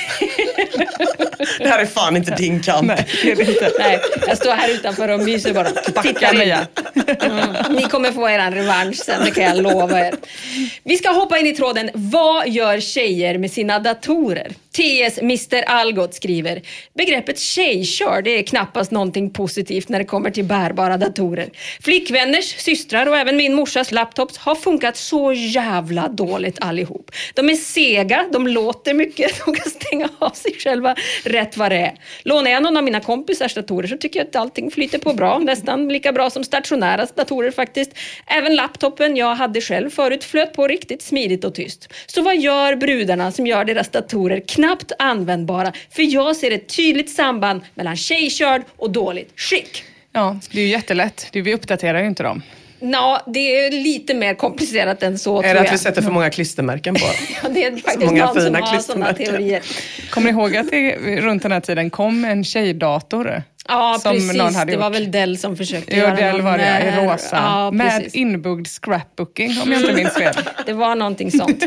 Det här är fan inte din kamp. Nej, det är det inte. Nej, jag står här utanför och myser bara. Tittar Mia. Ni kommer få er en revansch sen, det kan jag lova er. Vi ska hoppa in i tråden. Vad gör tjejer med sina datorer? TS Mr. Algot skriver: begreppet tjejkör, det är knappast någonting positivt när det kommer till bärbara datorer. Flickvänners, systrar och även min morsas laptops har funkat så jävla dåligt allihop. De är sega, de låter mycket, de kan stänga av sig själva rätt vad det är. Lånar jag någon av mina kompisars datorer så tycker jag att allting flyter på bra, nästan lika bra som stationära datorer faktiskt. Även laptopen jag hade själv förut flöt på riktigt smidigt och tyst. Så vad gör brudarna som gör deras datorer knappt användbara? För jag ser ett tydligt samband mellan tjejkörd och dåligt skick. Ja, det är ju jättelätt. Vi uppdaterar ju inte dem. Ja, det är lite mer komplicerat än så. Är det att vi sätter för många klistermärken på? Ja, det är faktiskt många någon som har sådana teorier. Kommer ni ihåg att det runt den här tiden kom en tjejdator? Ja, precis. Det var väl Dell som försökte göra Dell någon, var det, i rosa. Ja, med inbyggd scrapbooking, om jag inte minns fel. Det var någonting sånt.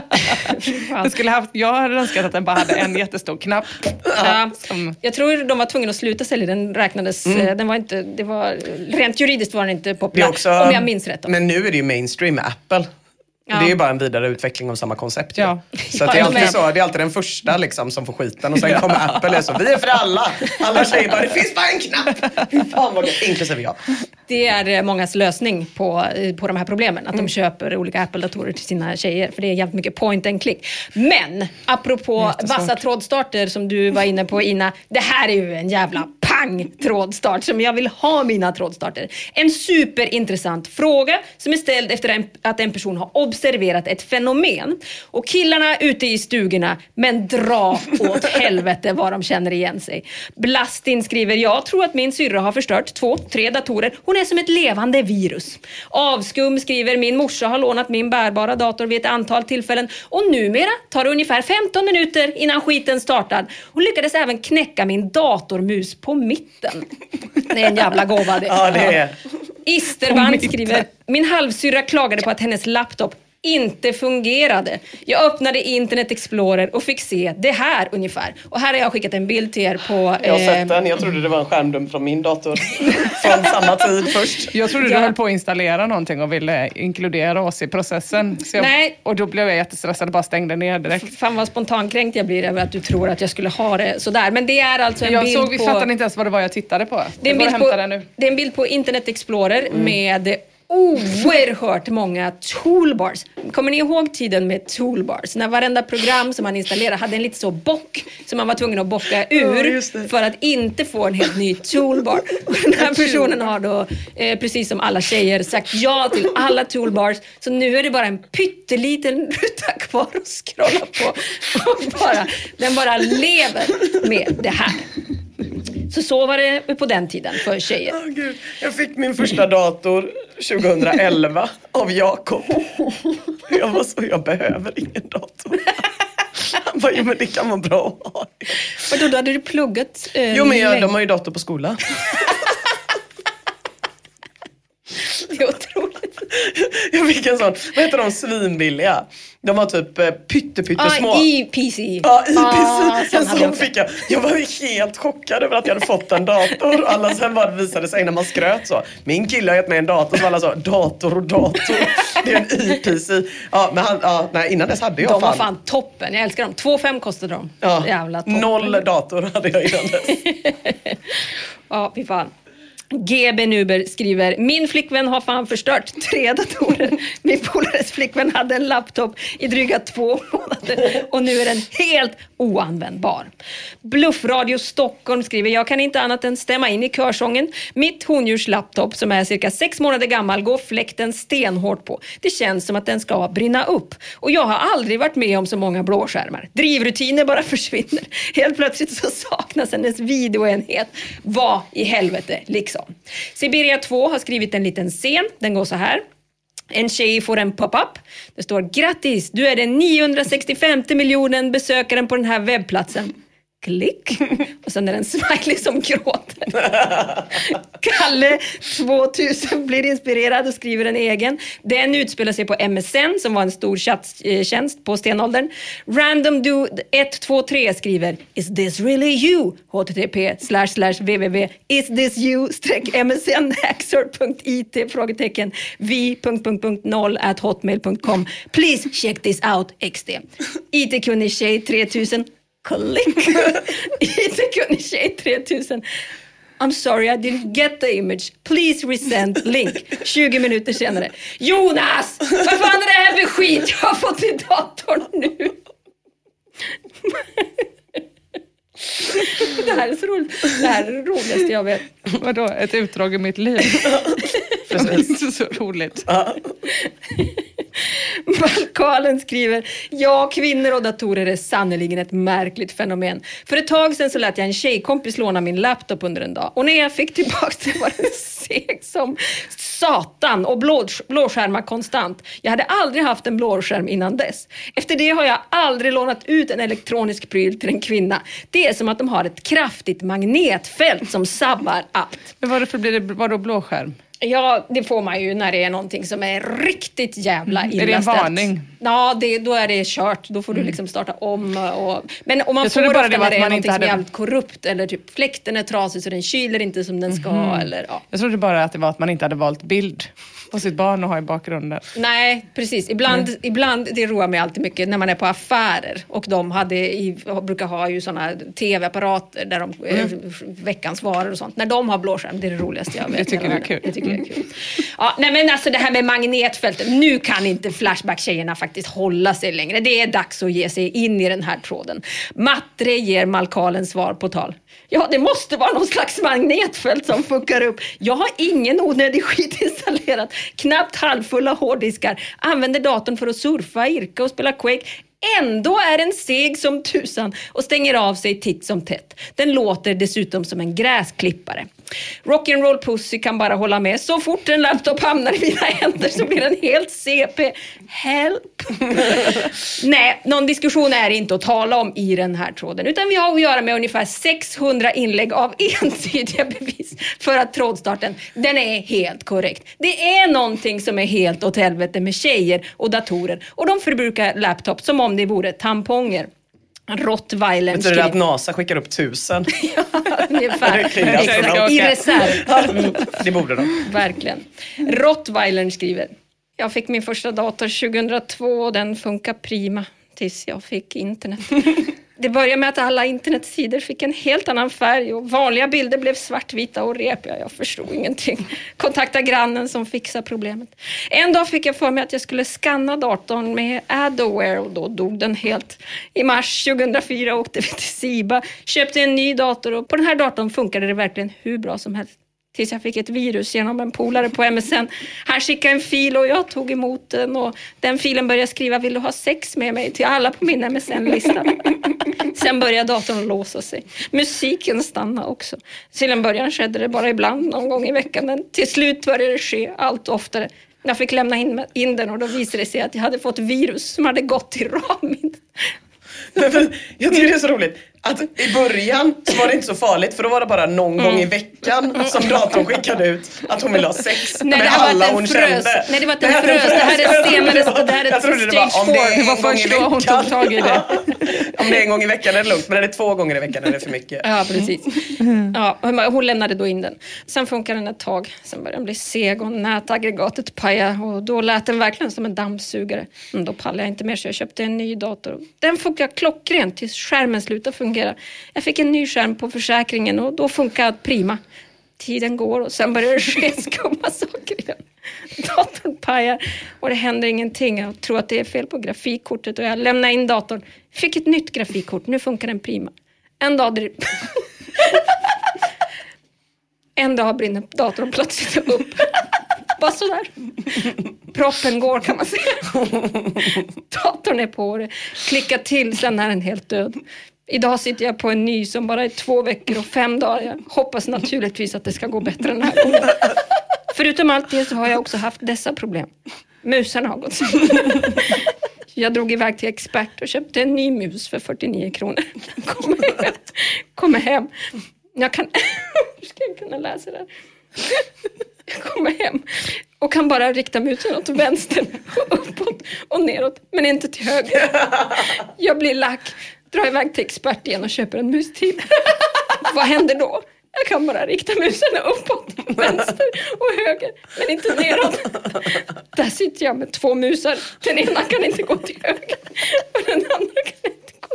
Jag hade önskat att den bara hade en jättestor knapp. Ja, jag tror de var tvungna att sluta sälja. Den räknades, den var inte, det var, rent juridiskt var den inte populär, om jag minns rätt. Men nu är det ju mainstream med Apple. Ja. Det är ju bara en vidare utveckling av samma koncept. Ja. Så det är alltid så, det är alltid den första liksom, som får skiten och sen kommer Apple och så, vi är för alla tjejer bara, det finns bara en knapp. Fan vad gött, inklusive jag. Det är mångas lösning på de här problemen, att de köper olika Apple-datorer till sina tjejer, för det är jävligt mycket point and click. Men apropå vassa trådstarter som du var inne på, Ina, det här är ju en jävla trådstart som jag vill ha mina trådstarter. En superintressant fråga som är ställd efter att en person har observerat ett fenomen. Och killarna ute i stugorna, men dra åt helvete vad de känner igen sig. Blastin skriver: jag tror att min syrra har förstört 2-3 datorer. Hon är som ett levande virus. Avskum skriver: min morsa har lånat min bärbara dator vid ett antal tillfällen och numera tar det ungefär 15 minuter innan skiten startar. Hon lyckades även knäcka min datormus på mitten. Det är en jävla gåva det. Ja, det är. Isterband skriver: min halvsyrra klagade på att hennes laptop inte fungerade. Jag öppnade Internet Explorer och fick se det här ungefär. Och här har jag skickat en bild till er på... Jag har sett den. Jag trodde det var en skärmdump från min dator. Från samma tid först. Jag trodde du höll på att installera någonting och ville inkludera oss i processen. Nej. Och då blev jag jättestressad och bara stängde ner direkt. Fan vad spontankränkt jag blir över att du tror att jag skulle ha det sådär. Men det är alltså en bild på... Vi fattade inte ens vad det var jag tittade på. Det är en bild på Internet Explorer med... oerhört många toolbars. Kommer ni ihåg tiden med toolbars? När varenda program som man installerade hade en lite så bock som man var tvungen att bocka ur för att inte få en helt ny toolbar. Och den här personen har då, precis som alla tjejer, sagt ja till alla toolbars. Så nu är det bara en pytteliten ruta kvar att scrolla på. Och den bara lever med det här. Så var det på den tiden för tjejer. Gud. Jag fick min första dator 2011 av Jakob. Jag var så, jag behöver ingen dator. Han bara, jo men det kan vara bra att ha. Och då hade du pluggat? Jo men de har ju dator på skolan. Det är otroligt. Jag fick en sån, vad heter de, svinbilliga? De var typ pyttesmå. PC. Ja, PC. En sån fick jag. Jag var helt chockad över att jag hade fått en dator. Alla sen bara visade sig när man skröt så. Min kille har gett mig en dator, så alla sa dator. Det är en i-PC. Ja, men innan dess hade jag de var fan toppen, jag älskar dem. 2,5 kostade de. Ja, jävla toppen. 0 dator hade jag innan dess. Ja, fy fan. GB Nuber skriver: min flickvän har fan förstört 3 datorer. Min polares flickvän hade en laptop i dryga 2 månader och nu är den helt oanvändbar. Bluffradio Stockholm skriver: jag kan inte annat än stämma in i körsången. Mitt hondjurs laptop som är cirka 6 månader gammal går fläkten stenhårt på. Det känns som att den ska brinna upp. Och jag har aldrig varit med om så många blåskärmar. Drivrutiner bara försvinner. Helt plötsligt så saknas hennes videoenhet. Vad i helvete liksom. Siberia 2 har skrivit en liten scen. Den går så här. En tjej får en pop-up. Det står: grattis, du är den 965 miljonen besökaren på den här webbplatsen. Klick. Och sen är det en smiley som gråter. Kalle 2000 blir inspirerad och skriver en egen. Den utspelar sig på MSN som var en stor chatttjänst på stenåldern. Random Dude 123 skriver: is this really you? http://www isthisyou-msnhaxor.it frågetecken v.0@hotmail.com. Please check this out XD. IT-kunnig tjej 3000. Klick. IT-kunnig tjej 3000. I'm sorry, I didn't get the image. Please resend link. 20 minuter senare. Jonas! Vad fan är det här för skit jag har fått i datorn nu? Det här är så roligt. Det här är det roligaste jag vet. Vadå? Ett utdrag i mitt liv? Precis. Så roligt. Malkalen skriver: ja, kvinnor och datorer är sannoliken ett märkligt fenomen. För ett tag sedan så lät jag en tjejkompis låna min laptop under en dag. Och när jag fick tillbaka det var den seg som satan och blåskärmar konstant. Jag hade aldrig haft en blåskärm innan dess. Efter det har jag aldrig lånat ut en elektronisk pryl till en kvinna. Det är som att de har ett kraftigt magnetfält som sabbar allt. Men varför blir det bara blåskärm? Ja, det får man ju när det är någonting som är riktigt jävla illa. Är det en varning? Ja, då är det kört. Då får du liksom starta om. Men om man får ofta när det är någonting som är jävligt korrupt eller typ fläkten är trasig så den kyler inte som den ska. Eller, ja. Jag trodde bara att det var att man inte hade valt bild på sitt barn och ha i bakgrunden. Nej, precis. Ibland det roar mig alltid mycket när man är på affärer och de brukar ha ju såna tv-apparater där de veckans varor och sånt. När de har blåskärm, det är det roligaste jag vet. Jag tycker det är kul. Ja, nej men alltså det här med magnetfältet, nu kan inte Flashback-tjejerna faktiskt hålla sig längre. Det är dags att ge sig in i den här tråden. Matre ger Malkalen svar på tal. Ja, det måste vara någon slags magnetfält som fuckar upp. Jag har ingen onödig skit installerat. Knappt halvfulla hårddiskar. Använder datorn för att surfa, irka och spela Quake. Ändå är den seg som tusan och stänger av sig titt som tätt. Den låter dessutom som en gräsklippare. Rock'n'roll Pussy kan bara hålla med. Så fort en laptop hamnar i mina händer så blir den helt CP. Help! Nej, någon diskussion är inte att tala om i den här tråden. Utan vi har att göra med ungefär 600 inlägg av entydiga bevis för att trådstarten, den är helt korrekt. Det är någonting som är helt åt helvete med tjejer och datorer. Och de förbrukar laptop som om det vore tamponger. Rottweiler. Betyder det att NASA skickar upp 1000? Ja, ungefär. I reserv. Det borde de. Verkligen. Rottweiler skriver: jag fick min första dator 2002 och den funkar prima tills jag fick internet. Det började med att alla internetsidor fick en helt annan färg och vanliga bilder blev svartvita och repiga. Jag förstod ingenting. Kontakta grannen som fixar problemet. En dag fick jag för mig att jag skulle skanna datorn med Adware och då dog den helt. I mars 2004 åkte vi till Siba, köpte en ny dator och på den här datorn funkade det verkligen hur bra som helst. Tills jag fick ett virus genom en polare på MSN. Han skickade en fil och jag tog emot den. Och den filen började skriva: vill du ha sex med mig? Till alla på min MSN-lista. Sen började datorn låsa sig. Musiken stannade också. Till en början skedde det bara ibland, någon gång i veckan. Men till slut började det ske allt oftare. Jag fick lämna in den och då visade det sig att jag hade fått virus som hade gått till ramminnet. Jag tycker det är så roligt. att i början så var det inte så farligt, för då var det bara någon gång i veckan som datorn skickade ut att hon ville ha sex med alla hon kände. Nej, det var att den frös. Det här är senare. Det här är jag trodde det var, om det är en gång i veckan. Hon tog tag i det. Om det är en gång i veckan är det lugnt, men är det 2 gånger i veckan är det för mycket. Ja, precis. Ja, hon lämnade då in den. Sen funkar den ett tag. Sen började den bli seg och nätaggregatet paja. Och då lät den verkligen som en dammsugare. Då pallade jag inte mer, så jag köpte en ny dator. Den funkar klockrent tills skärmen slutade fungera. Jag fick en ny skärm på försäkringen och då funkar prima. Tiden går och sen börjar det ske skumma saker igen. Datorn pajar och det händer ingenting. Jag tror att det är fel på grafikkortet och jag lämnar in datorn. Fick ett nytt grafikkort, nu funkar den prima. En dag brinner datorn plötsligt upp. Bara sådär. Proppen går, kan man säga. Datorn är på det. Klicka till, sen är den helt död. Idag sitter jag på en ny som bara är 2 veckor och 5 dagar. Jag hoppas naturligtvis att det ska gå bättre den här gången. Förutom allt det så har jag också haft dessa problem. Musen har gått. Jag drog iväg till expert och köpte en ny mus för 49 kronor. Kommer hem. Hur ska jag kunna läsa det här? Jag kommer hem och kan bara rikta musen åt vänster och uppåt och neråt, men inte till höger. Jag blir lack, drar iväg till expert igen och köper en mus till. Vad händer då? Jag kan bara rikta musen uppåt, vänster och höger, men inte neråt. Där sitter jag med 2 musar. Den ena kan inte gå till höger och den andra kan inte gå.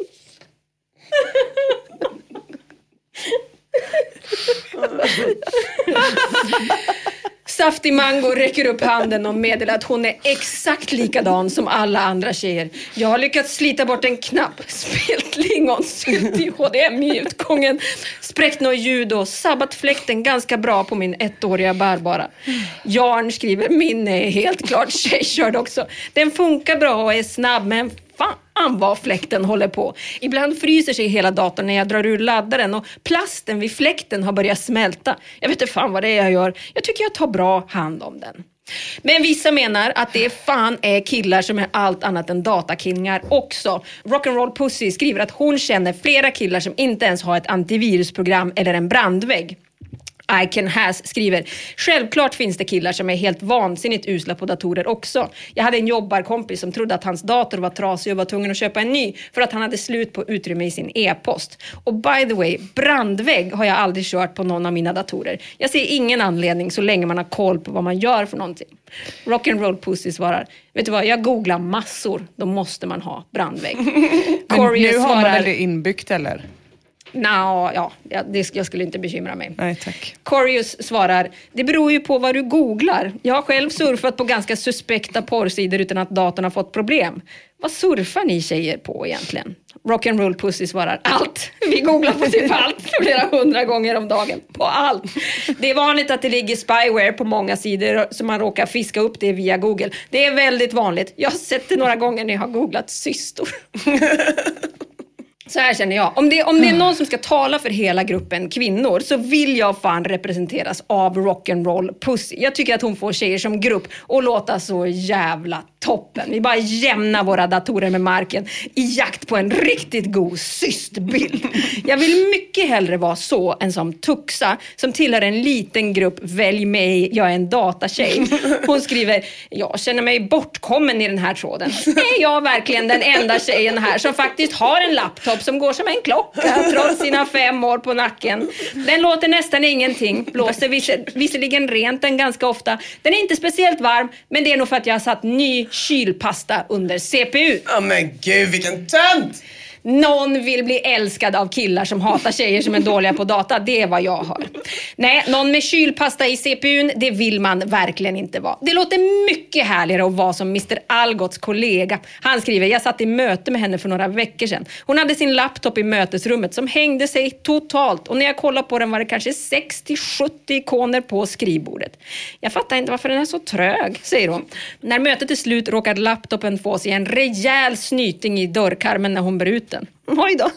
Saftig Mango räcker upp handen och meddelar att hon är exakt likadan som alla andra tjejer. Jag har lyckats slita bort en knapp, spilt lingonsylt i HDMI-utgången, spräckt något ljud och sabbat fläkten ganska bra på min 1-åriga bärbara. Jarn skriver, min är helt klart tjejkörd också. Den funkar bra och är snabb, men fan vad fläkten håller på. Ibland fryser sig hela datorn när jag drar ur laddaren och plasten vid fläkten har börjat smälta. Jag vet inte fan vad det är jag gör. Jag tycker jag tar bra hand om den. Men vissa menar att det fan är killar som är allt annat än datakillingar också. Rock'n'Roll Pussy skriver att hon känner flera killar som inte ens har ett antivirusprogram eller en brandvägg. I Can Has skriver, självklart finns det killar som är helt vansinnigt usla på datorer också. Jag hade en jobbarkompis som trodde att hans dator var trasig och var tvungen att köpa en ny för att han hade slut på utrymme i sin e-post. Och by the way, brandvägg har jag aldrig kört på någon av mina datorer. Jag ser ingen anledning så länge man har koll på vad man gör för någonting. Rock'n'Roll Pussy svarar, vet du vad, jag googlar massor, då måste man ha brandvägg. Men nu har man väl det inbyggt eller? Jag skulle inte bekymra mig. Nej, tack. Corius svarar, det beror ju på vad du googlar. Jag har själv surfat på ganska suspekta porrsidor utan att datorn har fått problem. Vad surfar ni tjejer på egentligen? Rock'n'Roll Pussy svarar, allt. Vi googlar på typ allt flera 100 gånger om dagen. På allt. Det är vanligt att det ligger spyware på många sidor så man råkar fiska upp det via Google. Det är väldigt vanligt. Jag har sett det några gånger när jag har googlat systor. Så här känner jag. Om det är någon som ska tala för hela gruppen kvinnor så vill jag fan representeras av Rock'n'Roll Pussy. Jag tycker att hon får tjejer som grupp och låta så jävla toppen. Vi bara jämnar våra datorer med marken i jakt på en riktigt god systbild. Jag vill mycket hellre vara så än som Tuxa som tillhör en liten grupp välj mig, jag är en datatjej. Hon skriver, jag känner mig bortkommen i den här tråden. Är jag verkligen den enda tjejen här som faktiskt har en laptop som går som en klocka trots sina 5 år på nacken? Den låter nästan ingenting, blåser visserligen rent den ganska ofta. Den är inte speciellt varm, men det är nog för att jag har satt ny kylpasta under CPU. Men gud, vilken tönt! Någon vill bli älskad av killar som hatar tjejer som är dåliga på data. Det är vad jag har. Nej, någon med kylpasta i CPUn, det vill man verkligen inte vara. Det låter mycket härligare att vara som Mr. Algots kollega. Han skriver, jag satt i möte med henne för några veckor sedan. Hon hade sin laptop i mötesrummet som hängde sig totalt. Och när jag kollade på den var det kanske 60-70 ikoner på skrivbordet. Jag fattar inte varför den är så trög, säger hon. När mötet är slut råkade laptopen få sig en rejäl snyting i dörrkarmen när hon bar ut den. Oj då.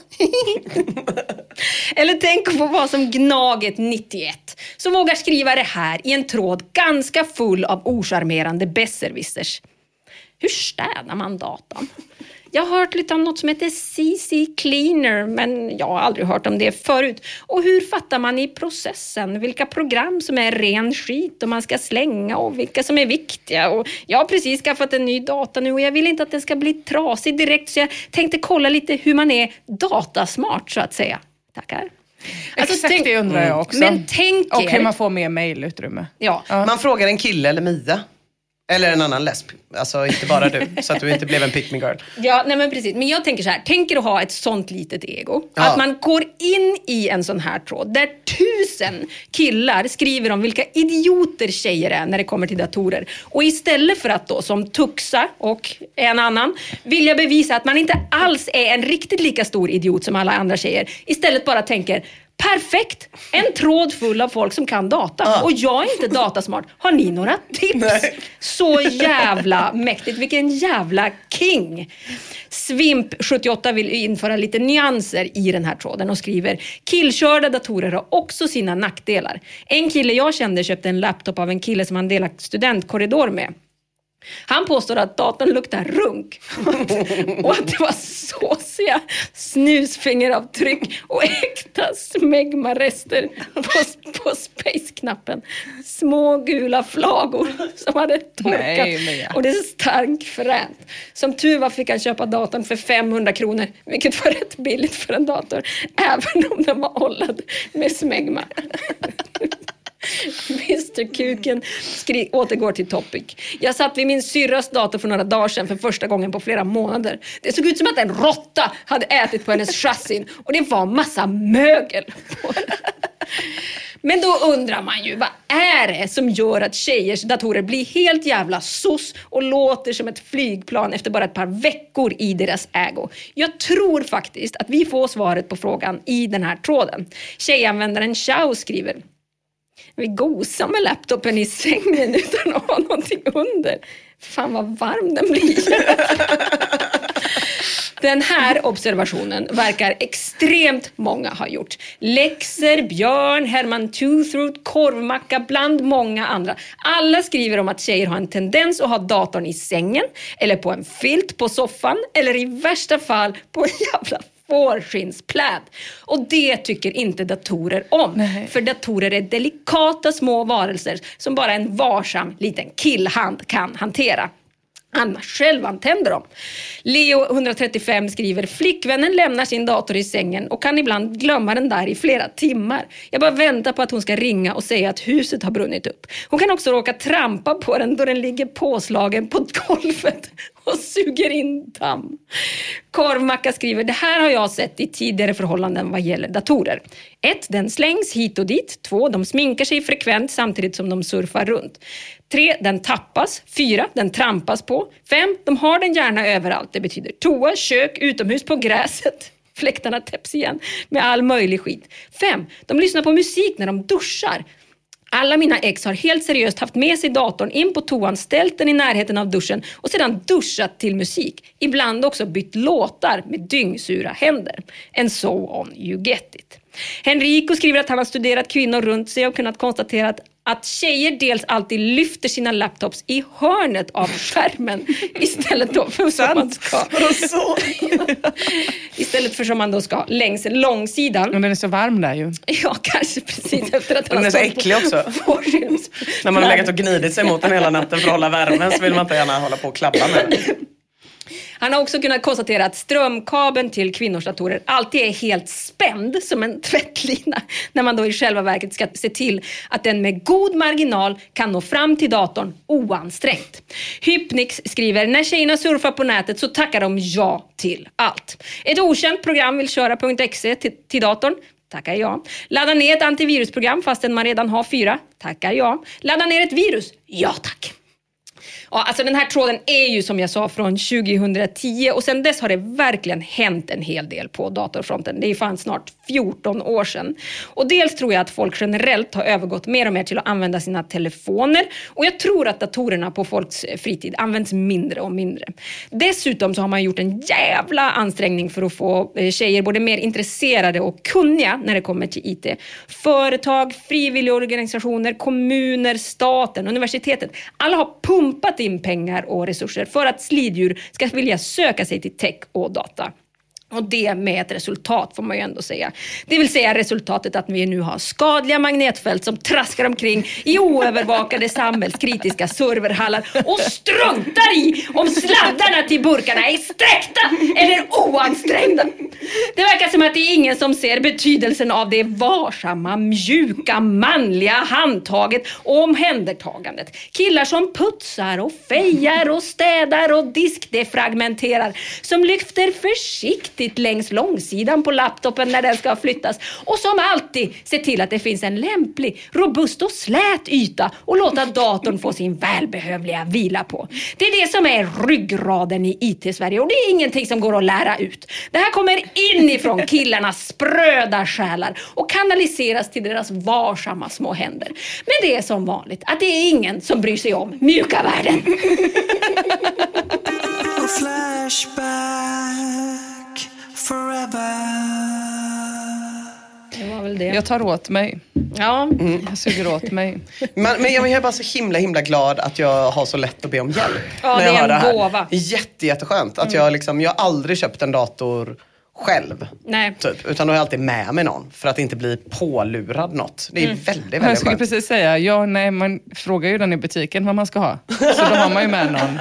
Eller tänk på vad som Gnaget 91 som vågar skriva det här i en tråd ganska full av ocharmerande besserwissers. Hur städar man datan? Jag har hört lite om något som heter CC Cleaner, men jag har aldrig hört om det förut. Och hur fattar man i processen vilka program som är ren skit och man ska slänga och vilka som är viktiga? Och jag har precis skaffat en ny data nu och jag vill inte att den ska bli trasig direkt, så jag tänkte kolla lite hur man är datasmart, så att säga. Tackar. Alltså, exakt, det undrar jag också. Men tänk och hur man får mer mejlutrymme. Ja. Man frågar en kille eller Mia. Eller en annan lesb. Alltså inte bara du. Så att du inte blev en pick me girl. Ja, nej men precis. Men jag tänker så här. Tänker du ha ett sånt litet ego? Ja. Att man går in i en sån här tråd där 1000 killar skriver om vilka idioter tjejer är när det kommer till datorer. Och istället för att då som Tuxa och en annan vilja bevisa att man inte alls är en riktigt lika stor idiot som alla andra tjejer. Istället bara tänker... Perfekt! En tråd full av folk som kan data. Och jag är inte datasmart. Har ni några tips? Nej. Så jävla mäktigt. Vilken jävla king! Svimp78 vill införa lite nyanser i den här tråden och skriver: killkörda datorer har också sina nackdelar. En kille jag kände köpte en laptop av en kille som han delar studentkorridor med. Han påstår att datorn luktar runk och att det var såsiga snusfingeravtryck och äkta smegmarester på space-knappen. Små gula flagor som hade torkat och det stank fränt. Som tur var fick han köpa datorn för 500 kronor, vilket var rätt billigt för en dator, även om den var ollad med smegma. Mr. Kuken återgår till topic. Jag satt vid min syrras dator för några dagar sedan för första gången på flera månader. Det såg ut som att en råtta hade ätit på hennes chassin och det var massa mögel på den. Men då undrar man ju, vad är det som gör att tjejers datorer blir helt jävla sos och låter som ett flygplan efter bara ett par veckor i deras ägo? Jag tror faktiskt att vi får svaret på frågan i den här tråden. Tjejanvändaren Chao skriver: vi gosar med laptopen i sängen utan att ha någonting under. Fan vad varm den blir. Den här observationen verkar extremt många ha gjort. Lexer, Björn, Herman Toothroot, Korvmacka bland många andra. Alla skriver om att tjejer har en tendens att ha datorn i sängen eller på en filt på soffan eller i värsta fall på en jävla fårskinnspläd. Och det tycker inte datorer om. Nej. För datorer är delikata små varelser som bara en varsam liten killhand kan hantera. Annars självantänder dem. Leo 135 skriver: flickvännen lämnar sin dator i sängen och kan ibland glömma den där i flera timmar. Jag bara väntar på att hon ska ringa och säga att huset har brunnit upp. Hon kan också råka trampa på den då den ligger påslagen på golvet och suger in damm. Korvmacka skriver: det här har jag sett i tidigare förhållanden vad gäller datorer. 1. Den slängs hit och dit. 2. De sminkar sig frekvent samtidigt som de surfar runt. 3. Den tappas. 4. Den trampas på. 5. De har den gärna överallt. Det betyder toa, kök, utomhus på gräset. Fläktarna täpps igen med all möjlig skit. 5. De lyssnar på musik när de duschar. Alla mina ex har helt seriöst haft med sig datorn in på toan, ställt den i närheten av duschen och sedan duschat till musik. Ibland också bytt låtar med dyngsura händer. And so on you get it. Henrico skriver att han har studerat kvinnor runt sig och kunnat konstatera att tjejer dels alltid lyfter sina laptops i hörnet av skärmen istället då för som man ska. Istället för som man då ska längs långsidan. Men den är så varm där ju. Ja, kanske precis efter att den är så äcklig också. När man har legat och gnidit sig mot den hela natten för att hålla värmen så vill man inte gärna hålla på och klappa med den. Han har också kunnat konstatera att strömkabeln till kvinnors datorer alltid är helt spänd som en tvättlina när man då i själva verket ska se till att den med god marginal kan nå fram till datorn oansträngt. Hypnix skriver: när tjejerna surfar på nätet så tackar de ja till allt. Ett okänt program vill köra .exe till datorn. Tackar jag. Ladda ner ett antivirusprogram fastän man redan har 4. Tackar jag. Ladda ner ett virus. Ja tack. Ja, alltså den här tråden är ju som jag sa från 2010 och sen dess har det verkligen hänt en hel del på datorfronten. Det är fan snart 14 år sedan. Och dels tror jag att folk generellt har övergått mer och mer till att använda sina telefoner och jag tror att datorerna på folks fritid används mindre och mindre. Dessutom så har man gjort en jävla ansträngning för att få tjejer både mer intresserade och kunniga när det kommer till IT. Företag, frivilligorganisationer, kommuner, staten, universitetet. Alla har pumpat pumpat in pengar och resurser för att sliddjur ska vilja söka sig till tech och data. Och det med ett resultat får man ju ändå säga. Det vill säga resultatet att vi nu har skadliga magnetfält som traskar omkring i oövervakade samhällskritiska serverhallar och struntar i om sladdarna till burkarna är sträckta eller oansträngda. Det verkar som att det är ingen som ser betydelsen av det varsamma, mjuka, manliga handtaget och omhändertagandet. Killar som putsar och fejar och städar och diskdefragmenterar, som lyfter försiktigt längs långsidan på laptopen när den ska flyttas och som alltid ser till att det finns en lämplig, robust och slät yta och låta datorn få sin välbehövliga vila på. Det är det som är ryggraden i IT-Sverige och det är ingenting som går att lära ut. Det här kommer inifrån killarnas spröda själar och kanaliseras till deras varsamma små händer. Men det är som vanligt att det är ingen som bryr sig om mjuka värden. Det var väl det. Jag tar åt mig. Ja. Jag suger åt mig. Men jag är bara så himla glad att jag har så lätt att be om hjälp. Ja, när det jag är hör en gåva. Jätteskönt att jag har aldrig köpt en dator själv. Nej. Typ, utan då har jag alltid med mig någon för att inte bli pålurad något. Det är väldigt Jag skulle skönt. precis säga, man frågar ju den i butiken vad man ska ha. Så då har man ju med någon.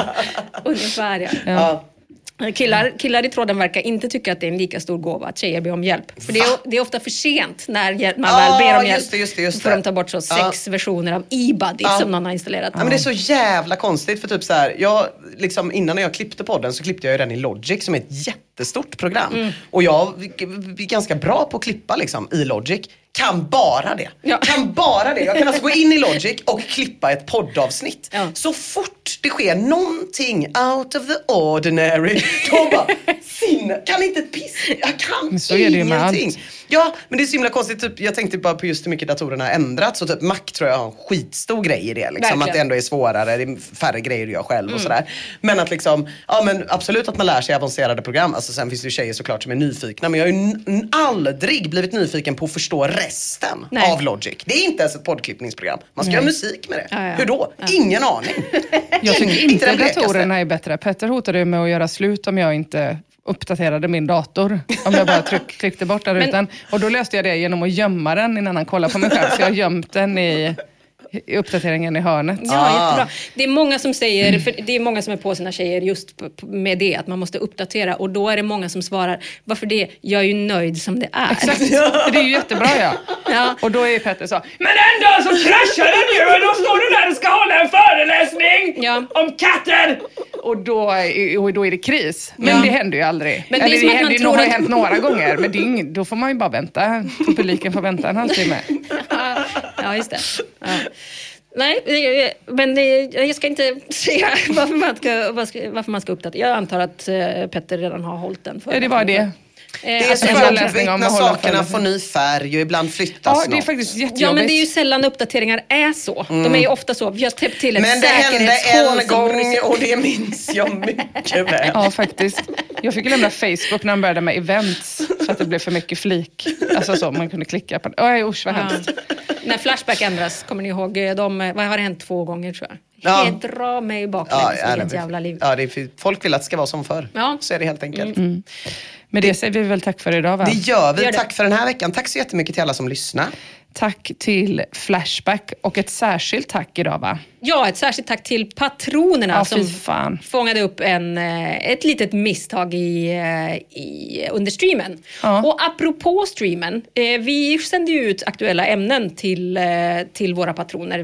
Ungefär, ja. Killar i tråden verkar inte tycka att det är en lika stor gåva att tjejer ber om hjälp. För det är ofta för sent när man väl ber om hjälp. Just det. För de tar bort så 6 versioner av eBuddy som någon har installerat. Ja, men det är så jävla konstigt för typ så här, jag innan jag klippte podden så klippte jag ju den i Logic som är ett jättestort program. Och jag är ganska bra på att klippa i Logic. Kan bara det. Jag kan alltså gå in i Logic och klippa ett poddavsnitt. Ja. Så fort det sker någonting out of the ordinary, då bara, kan inte ett piss. Jag kan så ingenting. Ja, men det är så himla konstigt. Typ, jag tänkte bara på just hur mycket datorerna har ändrats. Så typ Mac tror jag har en skitstor grej i det. Att det ändå är svårare, det är färre grejer du gör själv och sådär. Men att men absolut att man lär sig avancerade program. Alltså sen finns det ju tjejer såklart som är nyfikna. Men jag har ju aldrig blivit nyfiken på att förstå resten av Logic. Det är inte ens ett poddklippningsprogram. Man ska göra musik med det. Ja. Hur då? Ja. Ingen aning. Jag tycker inte datorerna är bättre. Petter hotade med att göra slut om jag inte uppdaterade min dator. Om jag bara klickte bort den rutan. Och då löste jag det genom att gömma den innan han kollade på mig själv. Så jag har gömt den i uppdateringen i hörnet. Ja, jättebra. Det är många som säger, för det är många som är på sina tjejer just med det, att man måste uppdatera. Och då är det många som svarar, varför det? Jag är ju nöjd som det är. Exakt, det är ju jättebra ja. Och då är Petter så, men en dag så kraschar den ju och då står du där och ska hålla en föreläsning om katter. Och då är det kris. Men det händer ju aldrig. Men det har hänt några gånger. Men det är då får man ju bara vänta. Publiken får vänta en halvtimme. Ja, just det. Ja. Nej, men jag ska inte säga varför man ska uppdatera. Jag antar att Petter redan har hållit den. Ja, det var det. Det är så jobbigt när sakerna får ny färg och ibland flyttas något. Ja, det är faktiskt jättejobbigt. Ja, men det är ju sällan uppdateringar är så. De är ju ofta så. Vi har täppt till ett säkerhetshål. Men det hände en gång och det minns jag mycket väl. Ja, faktiskt. Jag fick lämna Facebook när man började med events för att det blev för mycket flik. Alltså så, man kunde klicka på det. Usch, vad hemskt. När Flashback ändras, kommer ni ihåg, vad har det hänt 2 gånger tror jag? Dra mig baklänges i ett jävla liv. Ja, folk vill att det ska vara som förr. Ja. Så är det helt enkelt. Men det säger vi väl tack för idag, va? Det gör vi. Tack för den här veckan. Tack så jättemycket till alla som lyssnar. Tack till Flashback och ett särskilt tack idag, va? Ja, ett särskilt tack till patronerna som fångade upp ett litet misstag under streamen. Ja. Och apropå streamen, vi sänder ju ut aktuella ämnen till våra patroner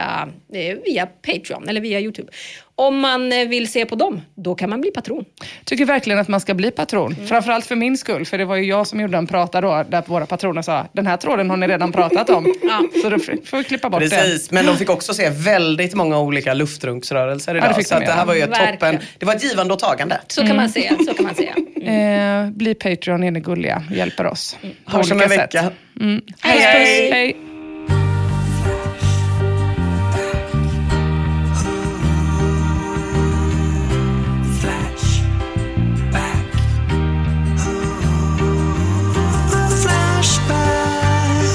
via Patreon eller via YouTube. Om man vill se på dem, då kan man bli patron. Tycker verkligen att man ska bli patron. Framförallt för min skull, för det var ju jag som gjorde en prata då, där våra patroner sa, den här tråden har ni redan pratat om. Så då får vi klippa bort det. Precis, men de fick också se väldigt många olika luftrunksrörelser idag. Ja, så att det här var ju toppen. Det var ett givande och tagande. Så kan man säga, bli Patreon, är ni gulliga, hjälper oss. Hörs om en vecka. Hej.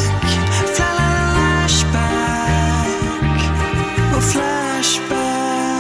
Flashback.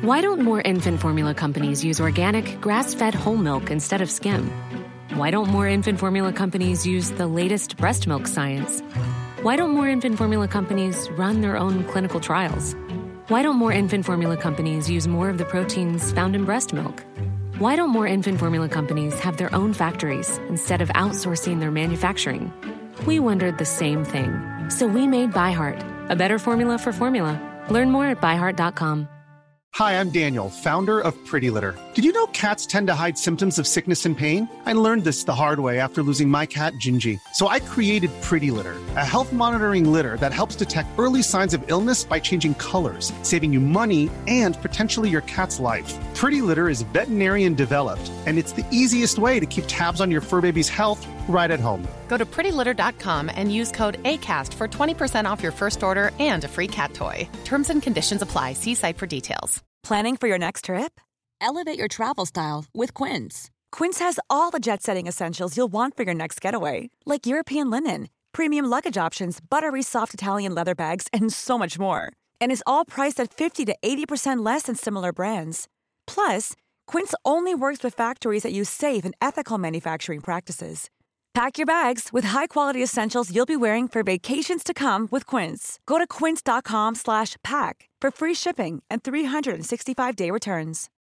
Why don't more infant formula companies use organic, grass-fed whole milk instead of skim? Why don't more infant formula companies use the latest breast milk science? Why don't more infant formula companies run their own clinical trials? Why don't more infant formula companies use more of the proteins found in breast milk? Why don't more infant formula companies have their own factories instead of outsourcing their manufacturing? We wondered the same thing. So we made ByHeart, a better formula for formula. Learn more at byheart.com. Hi, I'm Daniel, founder of Pretty Litter. Did you know cats tend to hide symptoms of sickness and pain? I learned this the hard way after losing my cat, Gingy. So I created Pretty Litter, a health monitoring litter that helps detect early signs of illness by changing colors, saving you money and potentially your cat's life. Pretty Litter is veterinarian developed, and it's the easiest way to keep tabs on your fur baby's health right at home. Go to prettylitter.com and use code ACAST for 20% off your first order and a free cat toy. Terms and conditions apply. See site for details. Planning for your next trip? Elevate your travel style with Quince. Quince has all the jet-setting essentials you'll want for your next getaway, like European linen, premium luggage options, buttery soft Italian leather bags, and so much more. And is all priced at 50 to 80% less than similar brands. Plus, Quince only works with factories that use safe and ethical manufacturing practices. Pack your bags with high-quality essentials you'll be wearing for vacations to come with Quince. Go to quince.com/pack for free shipping and 365-day returns.